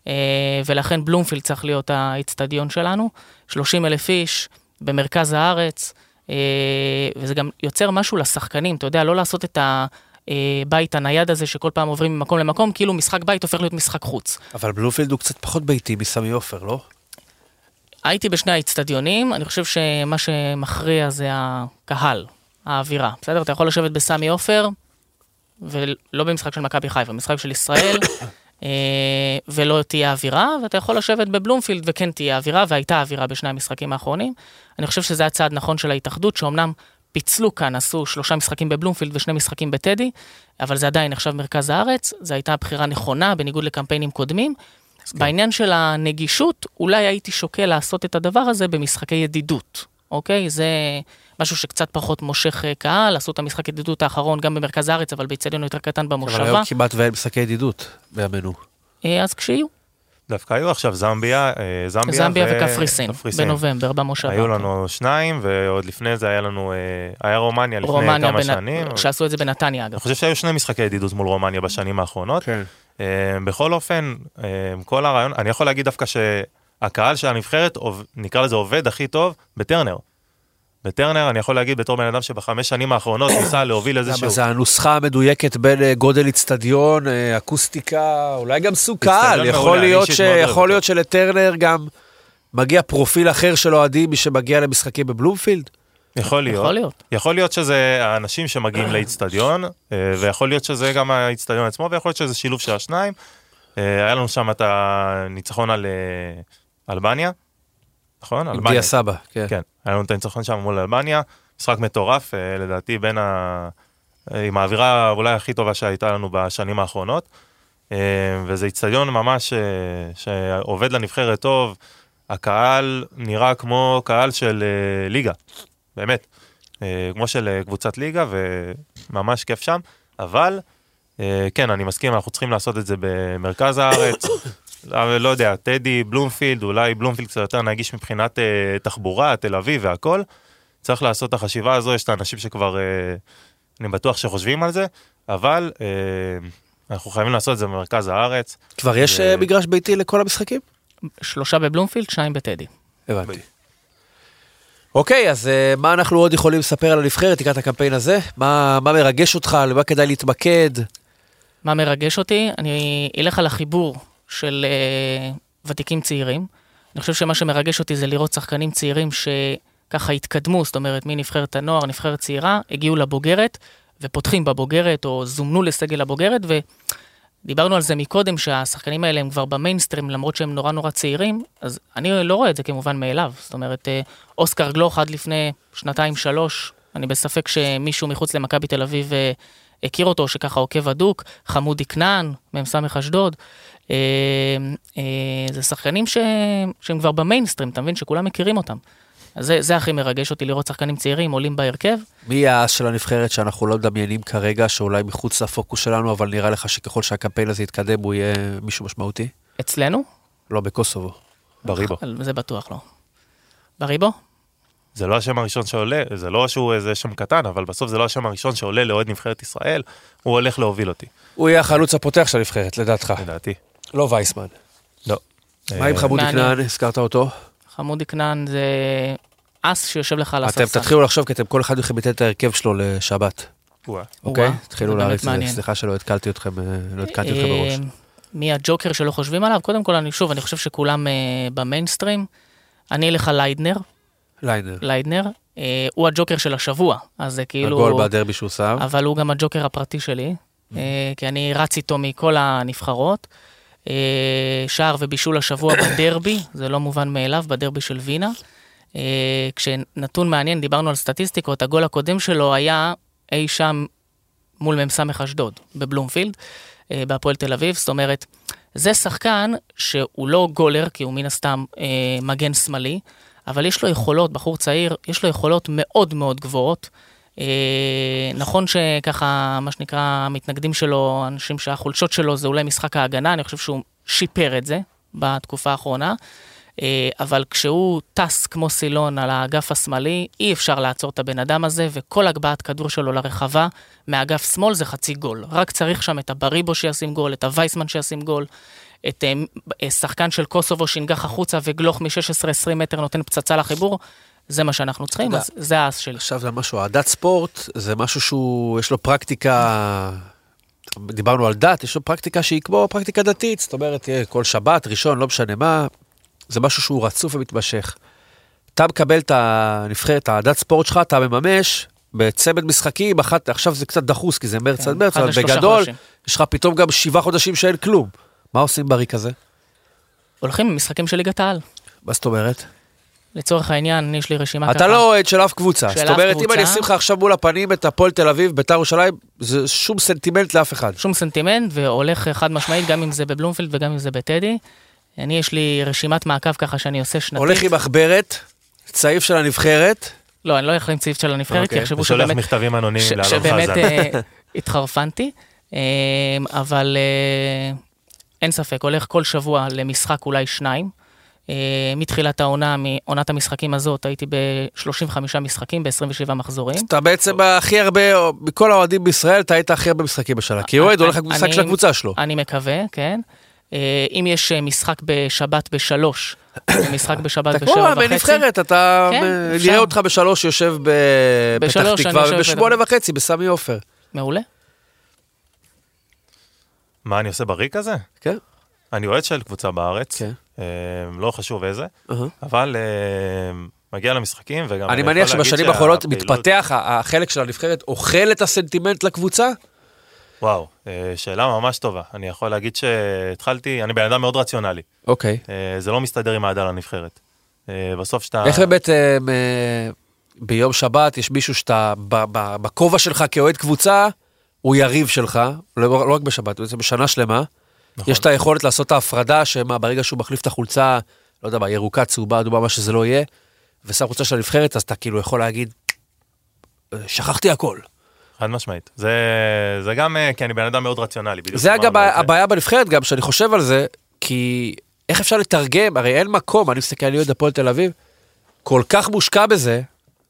ולכן בלומפילד צריך להיות האצטדיון שלנו, שלושים אלף איש במרכז הארץ, וזה גם יוצר משהו לשחקנים, אתה יודע, לא לעשות את ה... בית הנייד הזה שכל פעם עוברים ממקום למקום, כאילו משחק בית הופך להיות משחק חוץ. אבל בלומפילד הוא קצת פחות ביתי מסמי עופר, לא? הייתי בשני האצטדיונים, אני חושב שמה שמכריע זה הקהל, האווירה. בסדר? אתה יכול לשבת בסמי עופר, ולא במשחק של מכבי חיפה, במשחק של ישראל, ולא תהיה אווירה, ואתה יכול לשבת בבלומפילד וכן תהיה אווירה, והייתה אווירה בשני המשחקים האחרונים. אני חושב שזה הצעד נכון של ההתאחדות, שאומנם פיצלו כאן, עשו שלושה משחקים בבלומפילד ושני משחקים בטדי, אבל זה עדיין נחשב מרכז הארץ, זו הייתה בחירה נכונה, בניגוד לקמפיינים קודמים. כן. בעניין של הנגישות, אולי הייתי שוקל לעשות את הדבר הזה במשחקי ידידות, אוקיי? זה משהו שקצת פחות מושך קהל, עשו את המשחק ידידות האחרון גם במרכז הארץ, אבל באצטדיון יותר קטן במושבה. אבל היום כמעט ואין משחקי ידידות בימינו. אז כשיהיו. דווקא היו עכשיו זמביה, זמביה, זמביה וקפריסין, בנובמבר, במושב. היו לנו שניים, ועוד לפני זה היה לנו, היה רומניה לפני כמה בנ... שנים. שעשו את זה בנתניה, אגב. אני חושב שהיו שני משחקי ידידות מול רומניה בשנים האחרונות. כן. בכל אופן, כל הרעיון, אני יכול להגיד דווקא שהקהל של הנבחרת, נקרא לזה עובד הכי טוב, בטרנר. בטרנר אני יכול להגיד בתור בן אדם שבחמש שנים האחרונות ניסה להוביל איזשהו... זה הנוסחה המדויקת בין גודל אצטדיון, אקוסטיקה, אולי גם סוג קהל. יכול להיות שיכול להיות שלטרנר גם מגיע פרופיל אחר של אוהדים, מי שמגיע למשחקים בבלומפילד. יכול להיות. יכול להיות. יכול להיות שזה האנשים שמגיעים לאצטדיון, ויכול להיות שזה גם האצטדיון עצמו, ויכול להיות שזה שילוב של השניים. היה לנו שם את הניצחון על אלבניה, נכון? אלבניה. דיה סבא, כן. כן, היה לנו את הניצחון שם מול אלבניה, משחק מטורף, לדעתי בין ה... עם האווירה אולי הכי טובה שהייתה לנו בשנים האחרונות, וזה אצטדיון ממש שעובד לנבחרת טוב, הקהל נראה כמו קהל של ליגה, באמת, כמו של קבוצת ליגה, וממש כיף שם, אבל כן, אני מסכים, אנחנו צריכים לעשות את זה במרכז הארץ, לא יודע, טדי, בלומפילד, אולי בלומפילד קצת יותר נגיש מבחינת תחבורה, תל אביב והכל, צריך לעשות את החשיבה הזו, יש את האנשים שכבר, אני בטוח שחושבים על זה, אבל אנחנו חייבים לעשות את זה במרכז הארץ. כבר יש מגרש ביתי לכל המשחקים? שלושה בבלומפילד, שניים בטדי. הבנתי. אוקיי, אז מה אנחנו עוד יכולים לספר על הנבחרת, לקראת הקמפיין הזה? מה, מה מרגש אותך? למה כדאי להתמקד? מה מרגש אותי? אני אלך על החיבור של uh, ותיקים צעירים. אני חושב שמה שמרגש אותי זה לראות שחקנים צעירים שככה התקדמו, זאת אומרת, מנבחרת הנוער, נבחרת צעירה, הגיעו לבוגרת, ופותחים בבוגרת, או זומנו לסגל הבוגרת, ודיברנו על זה מקודם, שהשחקנים האלה הם כבר במיינסטרים, למרות שהם נורא נורא צעירים, אז אני לא רואה את זה כמובן מאליו. זאת אומרת, אוסקר גלוך עד לפני שנתיים, שלוש, אני בספק שמישהו מחוץ למכבי תל אביב הכיר אותו, שככה עוקב הדוק, חמודי כנען, ממסמך אשדוד, זה שחקנים ש... שהם כבר במיינסטרים, אתה מבין שכולם מכירים אותם. אז זה, זה הכי מרגש אותי לראות שחקנים צעירים עולים בהרכב. מי האס של הנבחרת שאנחנו לא מדמיינים כרגע, שאולי מחוץ לפוקוס שלנו, אבל נראה לך שככל שהקמפיין הזה יתקדם, הוא יהיה מישהו משמעותי? אצלנו? לא, בקוסובו. בריבו. זה בטוח לא. בריבו? זה לא השם הראשון שעולה, זה לא שהוא איזה שם קטן, אבל בסוף זה לא השם הראשון שעולה לאוהד נבחרת ישראל, הוא הולך להוביל אותי. הוא יהיה החלוץ הפותח של הנבחרת, לדעתך. לדעתי. לא וייסמן. לא. מה עם חמודי כנען? הזכרת אותו? חמודי כנען זה אס שיושב לך על הספסל. אתם תתחילו לחשוב, כי אתם כל אחד מכם ייתן את ההרכב שלו לשבת. אוקיי? תתחילו להריץ את זה. סליחה שלא התקלתי אתכם, לא התקלתי אתכם בראש. מי הג'וקר שלא חושבים עליו? קודם כל, אני שוב, אני חושב שכולם במיינסטרים. אני אלך על ליידנר. ליידנר. ליידנר. הוא הג'וקר של השבוע. אז זה כאילו... הגול בדרבי שהוא שם. אבל הוא גם הג'וקר הפרטי שלי. כי אני רץ איתו מכל הנבחרות. שער ובישול השבוע בדרבי, זה לא מובן מאליו, בדרבי של וינה. כשנתון מעניין, דיברנו על סטטיסטיקות, הגול הקודם שלו היה אי שם מול ממסמך אשדוד, בבלומפילד, בהפועל תל אביב. זאת אומרת, זה שחקן שהוא לא גולר, כי הוא מן הסתם מגן שמאלי, אבל יש לו יכולות, בחור צעיר, יש לו יכולות מאוד מאוד גבוהות. נכון שככה, מה שנקרא, המתנגדים שלו, אנשים שהחולשות שלו זה אולי משחק ההגנה, אני חושב שהוא שיפר את זה בתקופה האחרונה, אבל כשהוא טס כמו סילון על האגף השמאלי, אי אפשר לעצור את הבן אדם הזה, וכל הגבהת כדור שלו לרחבה מהאגף שמאל זה חצי גול. רק צריך שם את הבריבו שישים גול, את הווייסמן שישים גול, את שחקן של קוסובו שינגח החוצה וגלוך מ-שש עשרה עשרים מטר נותן פצצה לחיבור, זה מה שאנחנו צריכים, אז זה האס שלי. עכשיו זה משהו, הדת ספורט, זה משהו שהוא, יש לו פרקטיקה, דיברנו על דת, יש לו פרקטיקה שהיא כמו פרקטיקה דתית, זאת אומרת, כל שבת, ראשון, לא משנה מה, זה משהו שהוא רצוף ומתמשך. אתה מקבל את הנבחרת, הדת ספורט שלך, אתה מממש בצמד משחקים, אחת, עכשיו זה קצת דחוס, כי זה מרץ עד מרץ, אבל בגדול, יש לך פתאום גם שבעה חודשים שאין כלום. מה עושים בריק הזה? הולכים במשחקים של ליגת העל. מה זאת אומרת? לצורך העניין, יש לי רשימה ככה. אתה לא אוהד של אף קבוצה. זאת אומרת, אם אני אשים לך עכשיו מול הפנים את הפועל תל אביב, בית"ר ירושלים, זה שום סנטימנט לאף אחד. שום סנטימנט, והולך חד משמעית, גם אם זה בבלומפילד וגם אם זה בטדי. אני, יש לי רשימת מעקב ככה שאני עושה שנתית. הולך עם מחברת, צעיף של הנבחרת. לא, אני לא הולך עם צעיף של הנבחרת, כי יחשבו שבאמת... שולח מכתבים אנונימיים לאלון חזן. שבאמת התחרפנתי, אבל אין ספק, הולך כל שבוע למשחק אולי שניים. מתחילת העונה, מעונת המשחקים הזאת, הייתי ב-שלושים וחמישה משחקים, ב-עשרים ושבעה מחזורים. אתה בעצם הכי הרבה, בכל האוהדים בישראל, אתה היית הכי הרבה משחקים בשנה, כי אוהד הולך למשחק של הקבוצה שלו. אני מקווה, כן. אם יש משחק בשבת בשלוש, משחק בשבת בשבע וחצי. אתה כמו בנבחרת, אתה נראה אותך בשלוש יושב בפתח תקווה, ובשמונה וחצי בסמי עופר. מעולה. מה אני עושה בריק הזה? כן. אני אוהד של קבוצה בארץ, לא חשוב איזה, אבל מגיע למשחקים, וגם אני מניח שבשנים האחרונות מתפתח, החלק של הנבחרת אוכל את הסנטימנט לקבוצה? וואו, שאלה ממש טובה. אני יכול להגיד שהתחלתי, אני בן אדם מאוד רציונלי. אוקיי. זה לא מסתדר עם העדה לנבחרת. בסוף שאתה... איך באמת ביום שבת יש מישהו שאתה, בכובע שלך כאוהד קבוצה, הוא יריב שלך, לא רק בשבת, זה בשנה שלמה, יש את היכולת לעשות את ההפרדה, שמה, ברגע שהוא מחליף את החולצה, לא יודע מה, ירוקה, צהובה, אדומה, מה שזה לא יהיה, ושם חולצה של הנבחרת, אז אתה כאילו יכול להגיד, שכחתי הכל. חד משמעית. זה, זה גם, כי אני בן אדם מאוד רציונלי. זה אגב הבעיה בנבחרת גם, שאני חושב על זה, כי איך אפשר לתרגם, הרי אין מקום, אני מסתכל על יהוד הפועל תל אביב, כל כך מושקע בזה,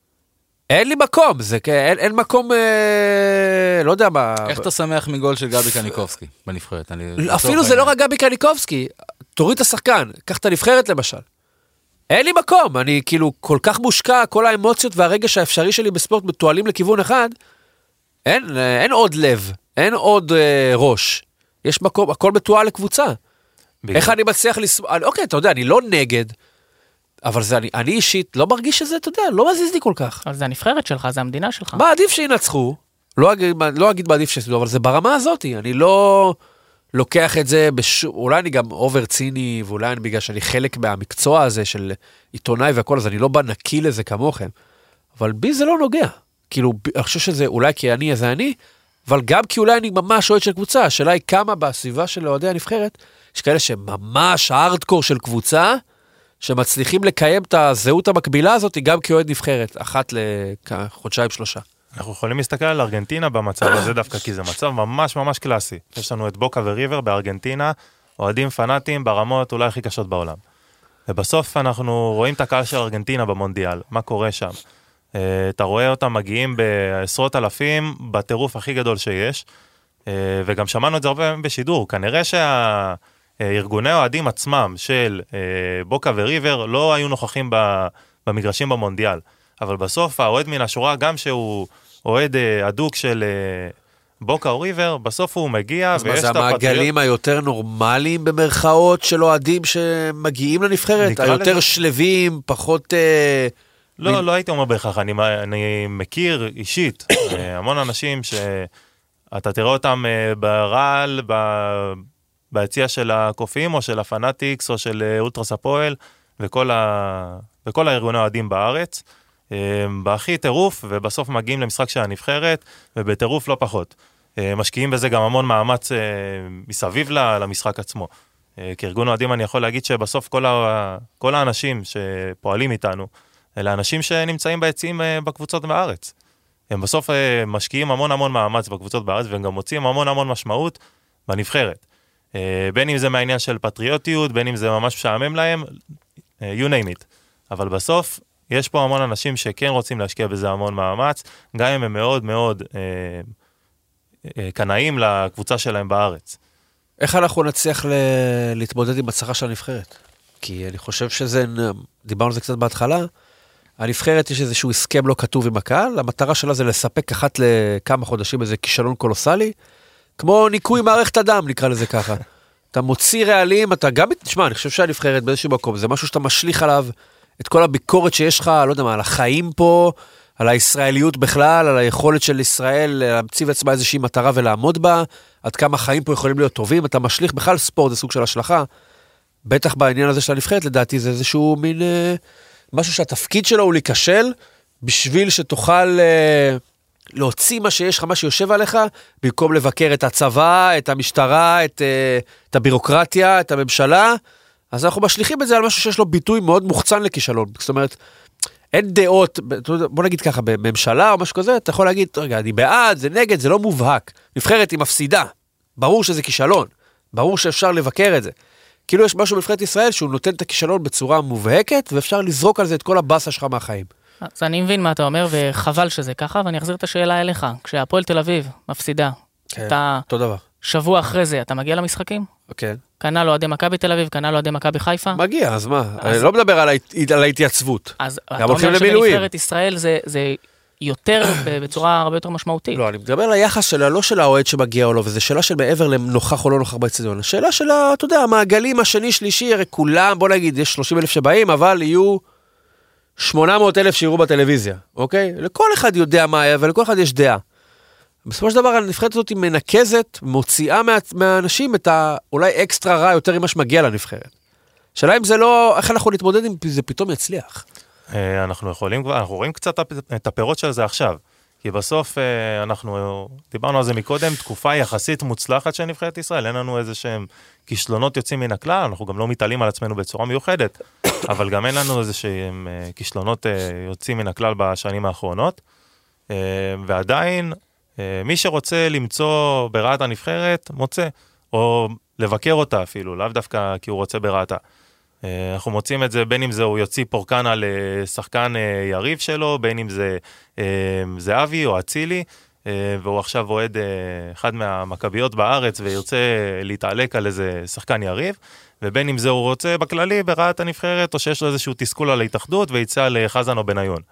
אין לי מקום, זה, אין, אין מקום, אה, לא יודע מה. איך אתה שמח מגול של גבי קניקובסקי בנבחרת? אני, אפילו זה לא רק גבי קניקובסקי, תוריד את השחקן, קח את הנבחרת למשל. אין לי מקום, אני כאילו כל כך מושקע, כל האמוציות והרגש האפשרי שלי בספורט מתועלים לכיוון אחד, אין, אין עוד לב, אין עוד אה, ראש. יש מקום, הכל מתועל לקבוצה. בגלל. איך אני מצליח לסמוך, אוקיי, אתה יודע, אני לא נגד, אבל זה, אני, אני אישית לא מרגיש שזה, אתה יודע, לא מזיז לי כל כך. אבל זה הנבחרת שלך, זה המדינה שלך. מה, עדיף שינצחו, לא אגיד, לא אגיד בעדיף שינצחו, אבל זה ברמה הזאת, אני לא לוקח את זה, בש... אולי אני גם אובר ציני, ואולי אני בגלל שאני חלק מהמקצוע הזה של עיתונאי והכל, אז אני לא בא נקי לזה כמוכם, אבל בי זה לא נוגע. כאילו, אני חושב שזה אולי כי אני, אז אני, אבל גם כי אולי אני ממש אוהד של קבוצה, השאלה היא כמה בסביבה של אוהדי הנבחרת, יש כאלה שממש הארדקור של קבוצה, שמצליחים לקיים את הזהות המקבילה הזאת, גם כאוהד נבחרת, אחת לחודשיים שלושה. אנחנו יכולים להסתכל על ארגנטינה במצב הזה דווקא, כי זה מצב ממש ממש קלאסי. יש לנו את בוקה וריבר בארגנטינה, אוהדים פנאטים ברמות אולי הכי קשות בעולם. ובסוף אנחנו רואים את הקהל של ארגנטינה במונדיאל, מה קורה שם. אתה רואה אותם מגיעים בעשרות אלפים, בטירוף הכי גדול שיש, וגם שמענו את זה הרבה בשידור, כנראה שה... ארגוני אוהדים עצמם של בוקה וריבר לא היו נוכחים במגרשים במונדיאל, אבל בסוף האוהד מן השורה, גם שהוא אוהד אדוק של בוקה או ריבר, בסוף הוא מגיע, אז מה זה המעגלים היותר נורמליים במרכאות של אוהדים שמגיעים לנבחרת? היותר שלבים, פחות... לא, לא הייתי אומר בהכרח, אני מכיר אישית המון אנשים שאתה תראה אותם ברעל, ב... ביציע של הקופים, או של הפנאטיקס, או של אולטרס הפועל, וכל, ה... וכל הארגוני האוהדים בארץ, בהכי טירוף, ובסוף מגיעים למשחק של הנבחרת, ובטירוף לא פחות. משקיעים בזה גם המון מאמץ מסביב למשחק עצמו. כארגון אוהדים אני יכול להגיד שבסוף כל, ה... כל האנשים שפועלים איתנו, אלה אנשים שנמצאים ביציעים בקבוצות בארץ. הם בסוף משקיעים המון המון מאמץ בקבוצות בארץ, והם גם מוצאים המון המון משמעות בנבחרת. בין אם זה מהעניין של פטריוטיות, בין אם זה ממש משעמם להם, you name it. אבל בסוף, יש פה המון אנשים שכן רוצים להשקיע בזה המון מאמץ, גם אם הם מאוד מאוד אה, אה, קנאים לקבוצה שלהם בארץ. איך אנחנו נצליח ל- להתמודד עם הצלחה של הנבחרת? כי אני חושב שזה, דיברנו על זה קצת בהתחלה, הנבחרת יש איזשהו הסכם לא כתוב עם הקהל, המטרה שלה זה לספק אחת לכמה חודשים איזה כישלון קולוסלי, כמו ניקוי מערכת הדם, נקרא לזה ככה. אתה מוציא רעלים, אתה גם, תשמע, אני חושב שהנבחרת באיזשהו מקום, זה משהו שאתה משליך עליו את כל הביקורת שיש לך, לא יודע מה, על החיים פה, על הישראליות בכלל, על היכולת של ישראל להמציא עצמה איזושהי מטרה ולעמוד בה, עד כמה חיים פה יכולים להיות טובים, אתה משליך בכלל ספורט, זה סוג של השלכה. בטח בעניין הזה של הנבחרת, לדעתי זה איזשהו מין, אה, משהו שהתפקיד שלו הוא להיכשל, בשביל שתוכל... אה, להוציא מה שיש לך, מה שיושב עליך, במקום לבקר את הצבא, את המשטרה, את, את הבירוקרטיה, את הממשלה, אז אנחנו משליחים את זה על משהו שיש לו ביטוי מאוד מוחצן לכישלון. זאת אומרת, אין דעות, בוא נגיד ככה, בממשלה או משהו כזה, אתה יכול להגיד, רגע, אני בעד, זה נגד, זה לא מובהק. נבחרת היא מפסידה. ברור שזה כישלון. ברור שאפשר לבקר את זה. כאילו יש משהו בנבחרת ישראל שהוא נותן את הכישלון בצורה מובהקת, ואפשר לזרוק על זה את כל הבאסה שלך מהחיים. אז אני מבין מה אתה אומר, וחבל שזה ככה, ואני אחזיר את השאלה אליך. כשהפועל תל אביב מפסידה, כן, אתה אותו דבר. שבוע אחרי זה, אתה מגיע למשחקים? כן. כנ"ל אוהדי מכבי תל אביב, כנ"ל אוהדי מכבי חיפה? מגיע, אז מה? אני לא מדבר על, ההת... על ההתייצבות. אז אתה אומר שבנבחרת ישראל זה, זה יותר, בצורה הרבה יותר משמעותית. לא, אני מדבר על היחס שלה, לא של האוהד שמגיע או לא, וזה שאלה של מעבר לנוכח או לא נוכח באצטדיון. השאלה של, אתה יודע, המעגלים השני, שלישי, הרי כולם, בוא נגיד, יש שלושים אלף שבאים, אבל יהיו שמונה מאות אלף שיראו בטלוויזיה, אוקיי? לכל אחד יודע מה היה, ולכל אחד יש דעה. בסופו של דבר, הנבחרת הזאת היא מנקזת, מוציאה מה, מהאנשים את ה... אולי אקסטרה רע יותר ממה שמגיע לנבחרת. שאלה אם זה לא... איך אנחנו נתמודד אם זה פתאום יצליח? אנחנו יכולים כבר, אנחנו רואים קצת את הפירות של זה עכשיו. כי בסוף אנחנו דיברנו על זה מקודם, תקופה יחסית מוצלחת של נבחרת ישראל, אין לנו איזה שהם כישלונות יוצאים מן הכלל, אנחנו גם לא מתעלים על עצמנו בצורה מיוחדת, אבל גם אין לנו איזה שהם כישלונות יוצאים מן הכלל בשנים האחרונות, ועדיין מי שרוצה למצוא ברעת הנבחרת, מוצא, או לבקר אותה אפילו, לאו דווקא כי הוא רוצה ברעתה. אנחנו מוצאים את זה, בין אם זה הוא יוציא פורקן על שחקן יריב שלו, בין אם זה זהבי או אצילי, והוא עכשיו אוהד אחד מהמכביות בארץ וירצה להתעלק על איזה שחקן יריב, ובין אם זה הוא רוצה בכללי ברעת הנבחרת, או שיש לו איזשהו תסכול על ההתאחדות ויצא לחזן או בניון.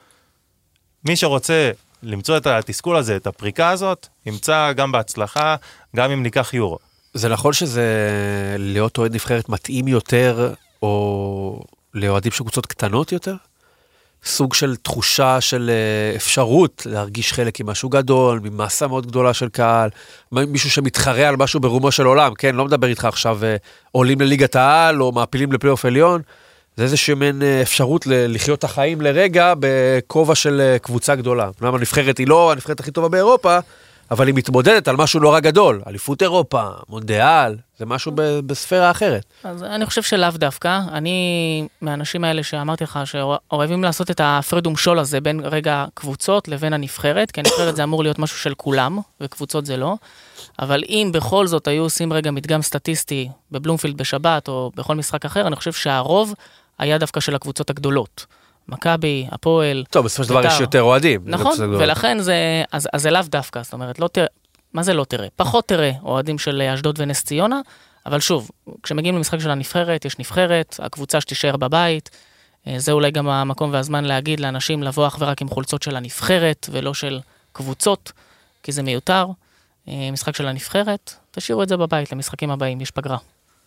מי שרוצה למצוא את התסכול הזה, את הפריקה הזאת, ימצא גם בהצלחה, גם אם ניקח יורו. זה נכון שזה להיות אוהד נבחרת מתאים יותר, או לאוהדים של קבוצות קטנות יותר? סוג של תחושה של אפשרות להרגיש חלק עם משהו גדול, ממסה מאוד גדולה של קהל, מישהו שמתחרה על משהו ברומו של עולם, כן? לא מדבר איתך עכשיו עולים לליגת העל, או מעפילים לפלייאוף עליון, זה איזושהי מין אפשרות לחיות את החיים לרגע, בכובע של קבוצה גדולה. למה הנבחרת היא לא הנבחרת הכי טובה באירופה, אבל היא מתמודדת על משהו נורא גדול, אליפות אירופה, מונדיאל, זה משהו בספירה אחרת. אז אני חושב שלאו דווקא, אני מהאנשים האלה שאמרתי לך, שאוהבים לעשות את הפרד ומשול הזה, בין רגע קבוצות לבין הנבחרת, כי הנבחרת זה אמור להיות משהו של כולם, וקבוצות זה לא, אבל אם בכל זאת היו עושים רגע מדגם סטטיסטי, בבלומפילד בשבת, או בכל משחק אחר, אני חושב שהרוב היה דווקא של הקבוצות הגדולות. מכבי, הפועל. טוב, בסופו של דבר יש יותר אוהדים. נכון, ולכן זה, אז, אז זה לאו דווקא, זאת אומרת, לא תראה, מה זה לא תראה? פחות תראה אוהדים של אשדוד ונס ציונה, אבל שוב, כשמגיעים למשחק של הנבחרת, יש נבחרת, הקבוצה שתישאר בבית, זה אולי גם המקום והזמן להגיד לאנשים לבוא אך ורק עם חולצות של הנבחרת, ולא של קבוצות, כי זה מיותר. משחק של הנבחרת, תשאירו את זה בבית למשחקים הבאים, יש פגרה.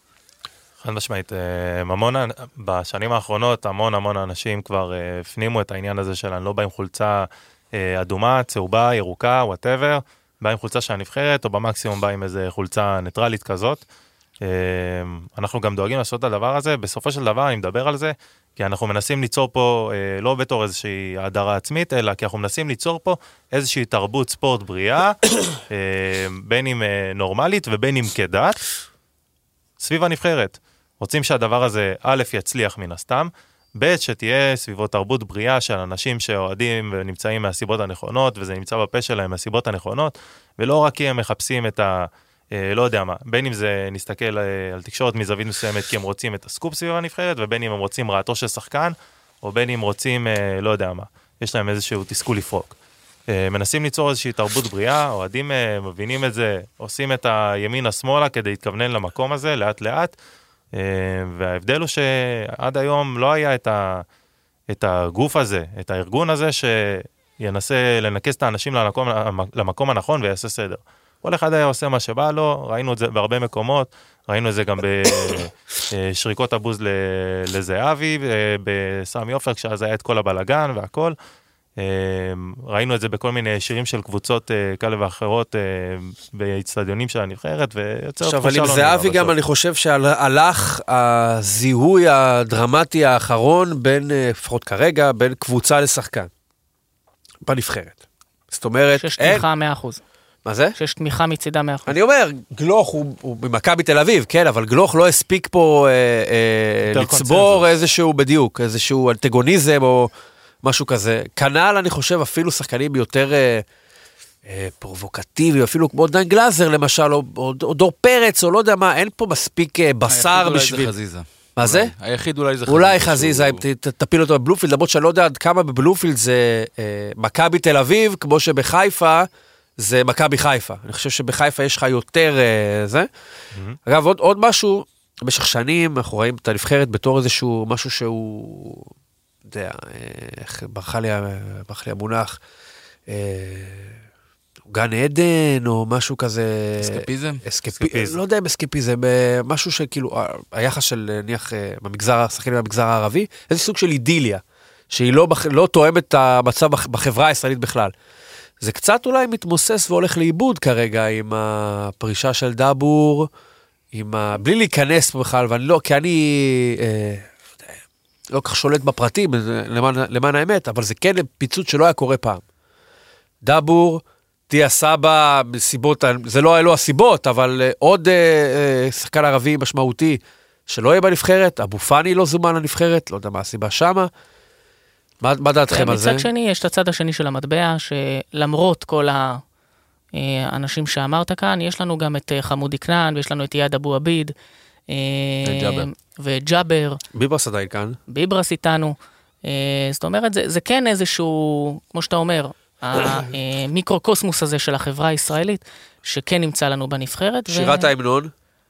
חד משמעית, המון, בשנים האחרונות המון המון אנשים כבר הפנימו את העניין הזה של אני לא בא עם חולצה אדומה, צהובה, ירוקה, whatever, בא עם חולצה של הנבחרת, או במקסימום בא עם איזה חולצה ניטרלית כזאת. אנחנו גם דואגים לעשות את הדבר הזה, בסופו של דבר אני מדבר על זה, כי אנחנו מנסים ליצור פה, לא בתור איזושהי הדרה עצמית, אלא כי אנחנו מנסים ליצור פה איזושהי תרבות ספורט בריאה, בין אם נורמלית ובין אם כדת, סביב הנבחרת. רוצים שהדבר הזה א' יצליח מן הסתם, ב' שתהיה סביבו תרבות בריאה של אנשים שאוהדים ונמצאים מהסיבות הנכונות, וזה נמצא בפה שלהם מהסיבות הנכונות, ולא רק כי הם מחפשים את ה... לא יודע מה, בין אם זה נסתכל על תקשורת מזווית מסוימת כי הם רוצים את הסקופ סביב הנבחרת, ובין אם הם רוצים רעתו של שחקן, או בין אם רוצים, לא יודע מה, יש להם איזשהו תסכול לפרוק. מנסים ליצור איזושהי תרבות בריאה, אוהדים מבינים את זה, עושים את הימין השמאלה כדי להתכוונן למקום הזה, לאט לאט, וההבדל הוא שעד היום לא היה את, ה, את הגוף הזה, את הארגון הזה, שינסה לנקס את האנשים למקום, למקום הנכון ויעשה סדר. כל אחד היה עושה מה שבא לו, ראינו את זה בהרבה מקומות, ראינו את זה גם בשריקות הבוז לזהבי, בסמי עופר, כשאז היה את כל הבלגן והכל, ראינו את זה בכל מיני שירים של קבוצות כאלה ואחרות באצטדיונים של הנבחרת, ויוצר עכשיו, אבל עם זהבי גם אני חושב שהלך הזיהוי הדרמטי האחרון בין, לפחות כרגע, בין קבוצה לשחקן. בנבחרת. זאת אומרת, שיש תמיכה מאה אחוז. מה זה? שיש תמיכה מצידה מאה אחוז. אני אומר, גלוך הוא, הוא במכבי תל אביב, כן, אבל גלוך לא הספיק פה אה, אה, לצבור איזשהו, בדיוק, איזשהו אנטגוניזם או משהו כזה. כנ"ל, אני חושב, אפילו שחקנים יותר אה, אה, פרובוקטיבי, אפילו כמו דן גלאזר, למשל, או, או, או דור פרץ, או לא יודע מה, אין פה מספיק אה, בשר בשביל... חזיזה. מה זה? היחיד אולי זה חזיזה. אולי חזיזה, אם תפיל אותו בבלומפילד, למרות שאני לא יודע עד כמה בבלומפילד זה אה, מכבי תל אביב, כמו שבחיפה, זה מכבי חיפה. אני חושב שבחיפה יש לך יותר אה, זה. Mm-hmm. אגב, עוד, עוד משהו, במשך שנים אנחנו רואים את הנבחרת בתור איזשהו משהו שהוא, יודע, איך ברכה לי, ברכה לי המונח, אה, גן עדן או משהו כזה. אסקפיזם? אסקפי... אסקפיזם. לא יודע אם אסקפיזם, משהו שכאילו, היחס של, נניח, במגזר, השחקנים במגזר הערבי, איזה סוג של אידיליה. שהיא לא, לא תואמת את המצב בחברה הישראלית בכלל. זה קצת אולי מתמוסס והולך לאיבוד כרגע עם הפרישה של דאבור, עם ה... בלי להיכנס פה בכלל, ואני לא, כי אני אה, לא כך שולט בפרטים, למען, למען האמת, אבל זה כן פיצוץ שלא היה קורה פעם. דאבור, תהיה סבא, מסיבות, זה לא היה לו הסיבות, אבל עוד אה, אה, שחקן ערבי משמעותי, שלא יהיה בנבחרת, אבו פאני לא זומן לנבחרת, לא יודע מה הסיבה שמה. מה, מה דעתכם על זה? מצד שני, יש את הצד השני של המטבע, שלמרות כל האנשים שאמרת כאן, יש לנו גם את חמודי כנען, ויש לנו את יעד אבו עביד, וג'אבר. וג'אבר. ביברס עדיין כאן. ביברס איתנו. זאת אומרת, זה, זה כן איזשהו, כמו שאתה אומר, המיקרוקוסמוס הזה של החברה הישראלית, שכן נמצא לנו בנבחרת. שירת ההמנון?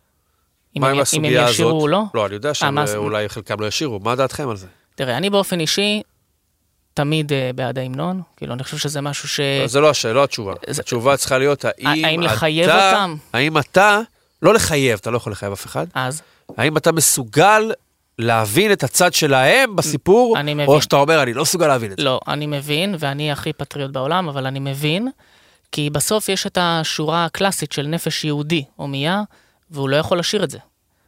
מה עם הסוגיה הזאת? אם הם ישירו או לא? לא, אני יודע שאולי חלקם לא ישירו. מה דעתכם על זה? תראה, אני באופן אישי, תמיד בעד ההמנון. כאילו, אני חושב שזה משהו ש... זה לא השאלה, לא התשובה. התשובה צריכה להיות, האם לחייב אותם? האם אתה, לא לחייב, אתה לא יכול לחייב אף אחד. אז? האם אתה מסוגל להבין את הצד שלהם בסיפור, או שאתה אומר, אני לא מסוגל להבין את זה? לא, אני מבין, ואני הכי פטריוט בעולם, אבל אני מבין, כי בסוף יש את השורה הקלאסית של נפש יהודי, הומייה, והוא לא יכול לשיר את זה.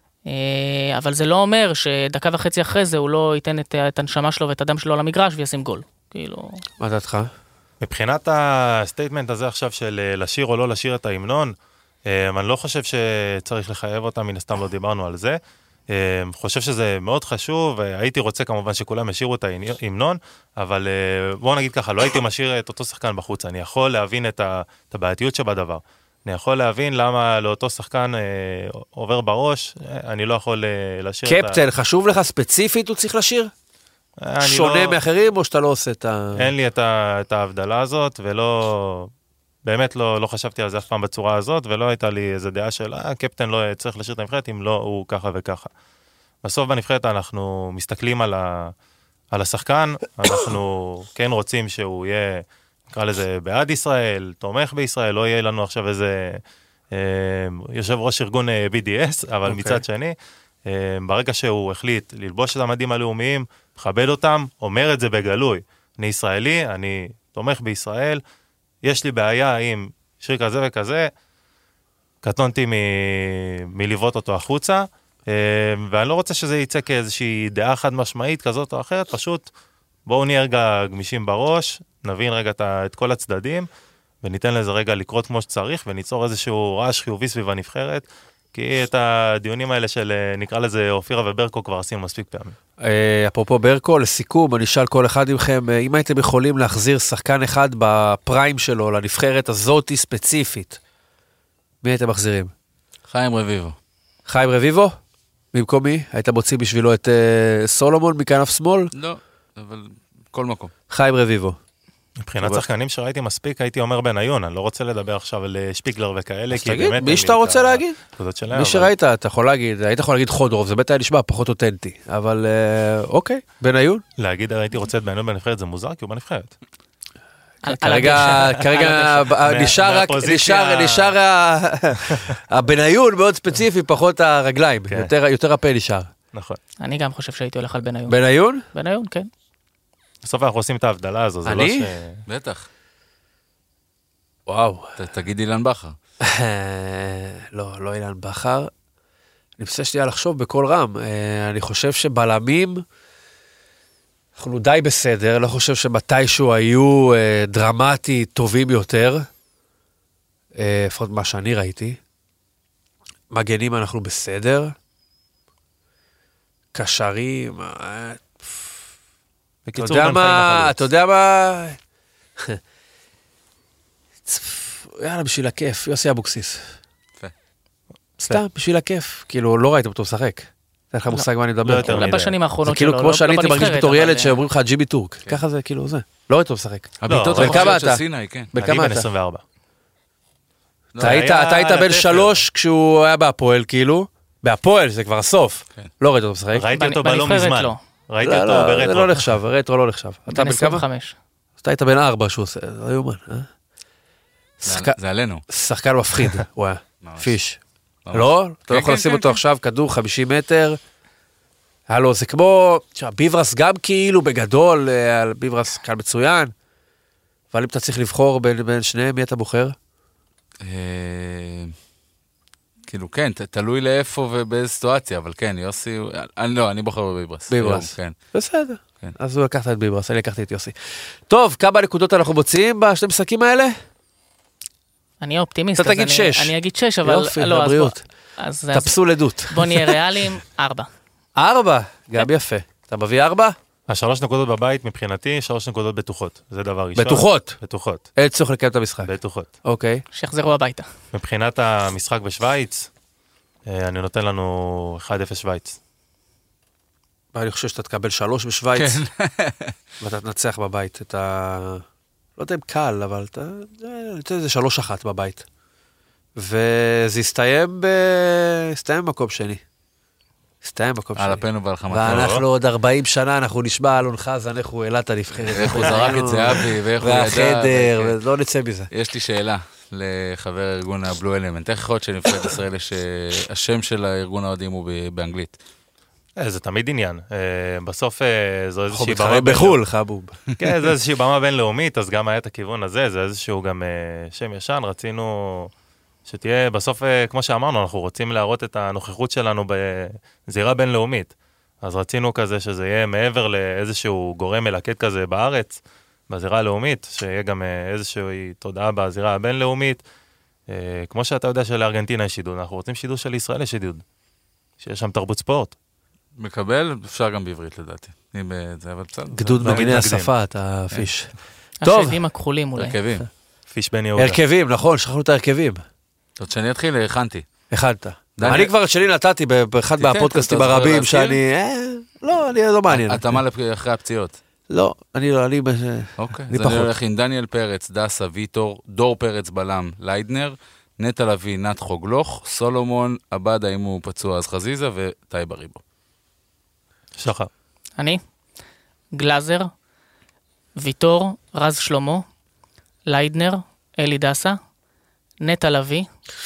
אבל זה לא אומר שדקה וחצי אחרי זה הוא לא ייתן את, את הנשמה שלו ואת הדם שלו למגרש וישים גול. כאילו... מה דעתך? מבחינת הסטייטמנט הזה עכשיו של לשיר או לא לשיר את ההמנון, אני לא חושב שצריך לחייב אותם, מן הסתם לא דיברנו על זה. חושב שזה מאוד חשוב, הייתי רוצה כמובן שכולם ישירו את ההמנון, אבל בואו נגיד ככה, לא הייתי משאיר את אותו שחקן בחוץ, אני יכול להבין את הבעייתיות שבדבר. אני יכול להבין למה לאותו שחקן אה, עובר בראש, אני לא יכול אה, לשיר קפטן, את ה... קפטן, חשוב לך ספציפית הוא צריך לשיר? שונה לא... מאחרים או שאתה לא עושה את ה... אין לי את, ה... את ההבדלה הזאת, ולא... באמת לא, לא חשבתי על זה אף פעם בצורה הזאת, ולא הייתה לי איזו דעה של, אה, קפטן לא צריך לשיר את הנבחרת, אם לא, הוא ככה וככה. בסוף בנבחרת אנחנו מסתכלים על, ה... על השחקן, אנחנו כן רוצים שהוא יהיה... נקרא לזה בעד ישראל, תומך בישראל, לא יהיה לנו עכשיו איזה אה, יושב ראש ארגון אה, בי די אס, אבל okay. מצד שני, אה, ברגע שהוא החליט ללבוש את המדים הלאומיים, מכבד אותם, אומר את זה בגלוי. אני ישראלי, אני תומך בישראל, יש לי בעיה עם שיר כזה וכזה, קטונתי מ... מלברות אותו החוצה, אה, ואני לא רוצה שזה יצא כאיזושהי דעה חד משמעית כזאת או אחרת, פשוט בואו נהיה רגע גמישים בראש, נבין רגע את כל הצדדים, וניתן לזה רגע לקרות כמו שצריך, וניצור איזשהו רעש חיובי סביב הנבחרת, כי את הדיונים האלה של נקרא לזה אופירה וברקו כבר עשינו מספיק פעמים. אפרופו ברקו, לסיכום, אני אשאל כל אחד מכם, אם הייתם יכולים להחזיר שחקן אחד בפריים שלו, לנבחרת הזאת ספציפית, מי הייתם מחזירים? חיים רביבו. חיים רביבו? במקום מי? היית מוציא בשבילו את סולומון מכנף שמאל? לא, אבל כל מקום. חיים רביבו. מבחינת שחקנים שראיתי מספיק, הייתי אומר בניון, אני לא רוצה לדבר עכשיו על שפיגלר וכאלה, כי תגיד, באמת... מי שאתה רוצה להגיד? שלהם, מי שראית, אתה יכול להגיד, היית יכול להגיד חודרוב, זה בטח היה נשמע פחות אותנטי, אבל אוקיי, בניון. להגיד, הייתי רוצה את בניון בנבחרת, זה מוזר, כי הוא בנבחרת. כרגע, כרגע, נשאר רק, נשאר, נשאר הבניון מאוד ספציפי, פחות הרגליים, יותר הפה נשאר. נכון. אני גם חושב שהייתי הולך על בניון. בניון? בניון, כן. בסוף אנחנו עושים את ההבדלה הזו, זה לא ש... בטח. וואו. תגיד אילן בכר. לא, לא אילן בכר. אני חושב שנייה לחשוב בכל רם. אני חושב שבלמים, אנחנו די בסדר, לא חושב שמתישהו היו דרמטי טובים יותר, לפחות מה שאני ראיתי. מגנים אנחנו בסדר. קשרים... אתה יודע מה, אתה יודע מה, יאללה, בשביל הכיף, יוסי אבוקסיס. סתם, בשביל הכיף. כאילו, לא ראיתם אותו משחק. זה לך מושג מה אני מדבר. בשנים האחרונות שלו. זה כאילו כמו שאני הייתי מרגיש בתור ילד שאומרים לך ג'ימי טורק. ככה זה, כאילו, זה. לא ראיתם משחק. הביטות החופשיות של סיני, כן. בכמה אני בן עשרים וארבע. אתה היית בן שלוש כשהוא היה בהפועל, כאילו. בהפועל, זה כבר הסוף. לא ראיתם אותו משחק. ראיתי אותו בלא מזמן. ראיתי אותו ברטרו. זה לא נחשב, הרטרו לא נחשב. אתה בן כמה? אתה היית בן ארבע שהוא עושה, זה יומן, אה? זה עלינו. שחקן מפחיד, וואי, פיש. לא? אתה לא יכול לשים אותו עכשיו, כדור חמישים מטר, הלו, זה כמו, תשמע, ביברס גם כאילו בגדול, על ביברס קל מצוין, אבל אם אתה צריך לבחור בין, בין שניהם, מי אתה בוחר? כאילו, כן, תלוי לאיפה ובאיזו סיטואציה, אבל כן, יוסי, אני לא, אני בוחר בביברס. ביברס. כן. בסדר. אז הוא לקחת את ביברס, אני לקחתי את יוסי. טוב, כמה נקודות אנחנו מוצאים בשני משחקים האלה? אני אופטימיסט. אתה תגיד שש. אני אגיד שש, אבל... יופי, לבריאות. תפסו לדות. בוא נהיה ריאליים, ארבע. ארבע, גם יפה. אתה מביא ארבע? השלוש נקודות בבית מבחינתי, שלוש נקודות בטוחות. זה דבר ראשון. בטוחות? בטוחות. אין צורך לקיים את המשחק. בטוחות. אוקיי. שיחזרו הביתה. מבחינת המשחק בשוויץ, אני נותן לנו אחד אפס שוויץ. אני חושב שאתה תקבל שלוש בשוויץ, ואתה תנצח בבית. אתה, לא יודע אם קל, אבל אתה, נותן איזה שלוש אחת בבית. וזה יסתיים ב... יסתיים במקום שני. יסתיים במקום שני. על הפנו ועל חמתנו. ואנחנו עוד ארבעים שנה, אנחנו נשמע אלון חזן, איך הוא העלה את הנבחרת. איך הוא זרק את זהבי, ואיך הוא ידע. והחדר, ולא נצא מזה. יש לי שאלה לחבר ארגון הבלו אלמנט. איך יכול להיות שנבחרת ישראל יש... השם של הארגון האוהדים הוא באנגלית? זה תמיד עניין. בסוף זו איזושהי במה... אנחנו מתחרים בחול, חבוב. כן, זו איזושהי במה בינלאומית, אז גם היה את הכיוון הזה, זה איזשהו גם שם ישן, רצינו שתהיה, בסוף, כמו שאמרנו, אנחנו רוצים להראות את הנוכחות שלנו בזירה בינלאומית. אז רצינו כזה שזה יהיה מעבר לאיזשהו גורם מלכד כזה בארץ, בזירה הלאומית, שיהיה גם איזושהי תודעה בזירה הבינלאומית. כמו שאתה יודע שלארגנטינה יש שידוד, אנחנו רוצים שידוד של ישראל יש שידוד. שיש שם תרבות ספורט. מקבל, אפשר גם בעברית לדעתי. זה אבל בסדר. גדוד מגיני השפה, אתה פיש. טוב. השדים הכחולים אולי. הרכבים. פיש בן יהודה. הרכבים, נכון, שכחנו את הרכבים. עוד שאני אתחיל, הכנתי. הכנת. אני כבר את שלי נתתי באחד מהפודקאסטים הרבים שאני... לא, אני לא מעניין. אתה מה אחרי הפציעות? לא, אני לא, אני... אוקיי, אז אני הולך עם דניאל פרץ, דסה, ויטור, דור פרץ בלם, ליידנר, נטע לוי, נת חוגלוך, סולומון, עבדה אם הוא פצוע אז חזיזה, וטייב אריבו. שחר. אני, גלזר, ויטור, רז שלמה, ליידנר, אלי דסה, נטע לוי,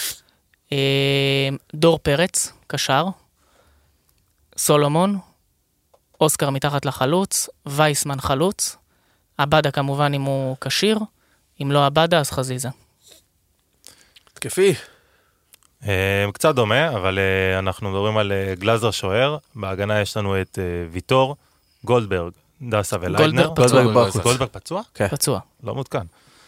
דור פרץ, קשר, סולומון, אוסקר מתחת לחלוץ, וייסמן חלוץ, עבדה כמובן אם הוא קשיר, אם לא עבדה אז חזיזה. תקפי. קצת דומה, אבל אנחנו מדברים על גלזר שוער, בהגנה יש לנו את ויטור, גולדברג, דסה וליידנר. גולדברג פצוע? כן. פצוע. לא מותקן.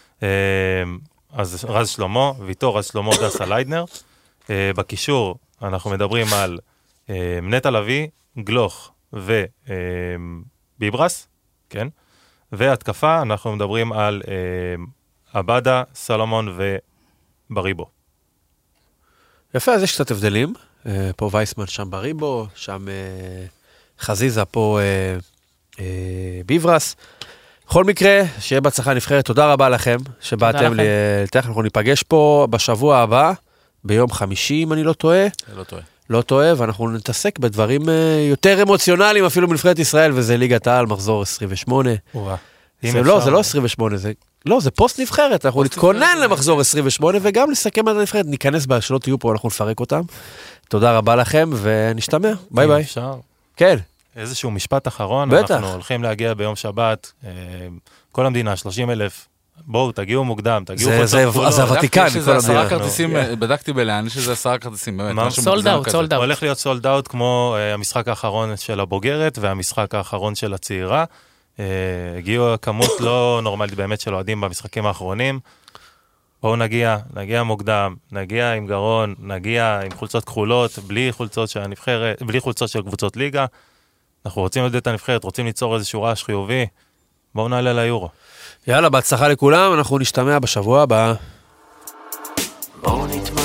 אז רז שלמה, ויטור, רז שלמה, דסה, ליידנר. בקישור אנחנו מדברים על נטע לוי, גלוך וביברס, כן? והתקפה אנחנו מדברים על עבדה, סלומון ובריבו. יפה, אז יש קצת הבדלים. פה וייסמן, שם בריבו, שם חזיזה, פה ביברס. בכל מקרה, שיהיה בהצלחה נבחרת. תודה רבה לכם שבאתם לתך. אנחנו ניפגש פה בשבוע הבא, ביום חמישי, אם אני לא טועה. לא טועה. לא טועה, ואנחנו נתעסק בדברים יותר אמוציונליים, אפילו בנבחרת ישראל, וזה ליגת העל, מחזור עשרים ושמונה. לא, זה לא עשרים ושמונה, זה... לא, זה פוסט נבחרת, אנחנו נתכונן למחזור עשרים ושמונה, וגם לסכם על הנבחרת, ניכנס בה, שלא תהיו פה, אנחנו נפרק אותם. תודה רבה לכם, ונשתמע. ביי ביי. אפשר? כן. איזשהו משפט אחרון, בטח. אנחנו הולכים להגיע ביום שבת, כל המדינה, שלושים אלף, בואו, תגיעו מוקדם, תגיעו חוצות כפולות. זה הוותיקן, כל המדינה. בדקתי בלאן, יש איזה עשרה כרטיסים, באמת. סולד אאוט, סולד אאוט. הולך להיות סולד אאוט, כמו המשחק האחרון של הבוגרת, והמשחק האחרון של הצעירה. הגיעו כמות לא נורמלית באמת של אוהדים במשחקים האחרונים. בואו נגיע, נגיע מוקדם, נגיע עם גרון, נגיע עם חולצות כחולות, בלי חולצות של הנבחרת, בלי חולצות של קבוצות ליגה. אנחנו רוצים לדעת את הנבחרת, רוצים ליצור איזשהו רעש חיובי. בואו נעלה ליורו. יאללה, בהצלחה לכולם, אנחנו נשתמע בשבוע הבא. בואו נתמע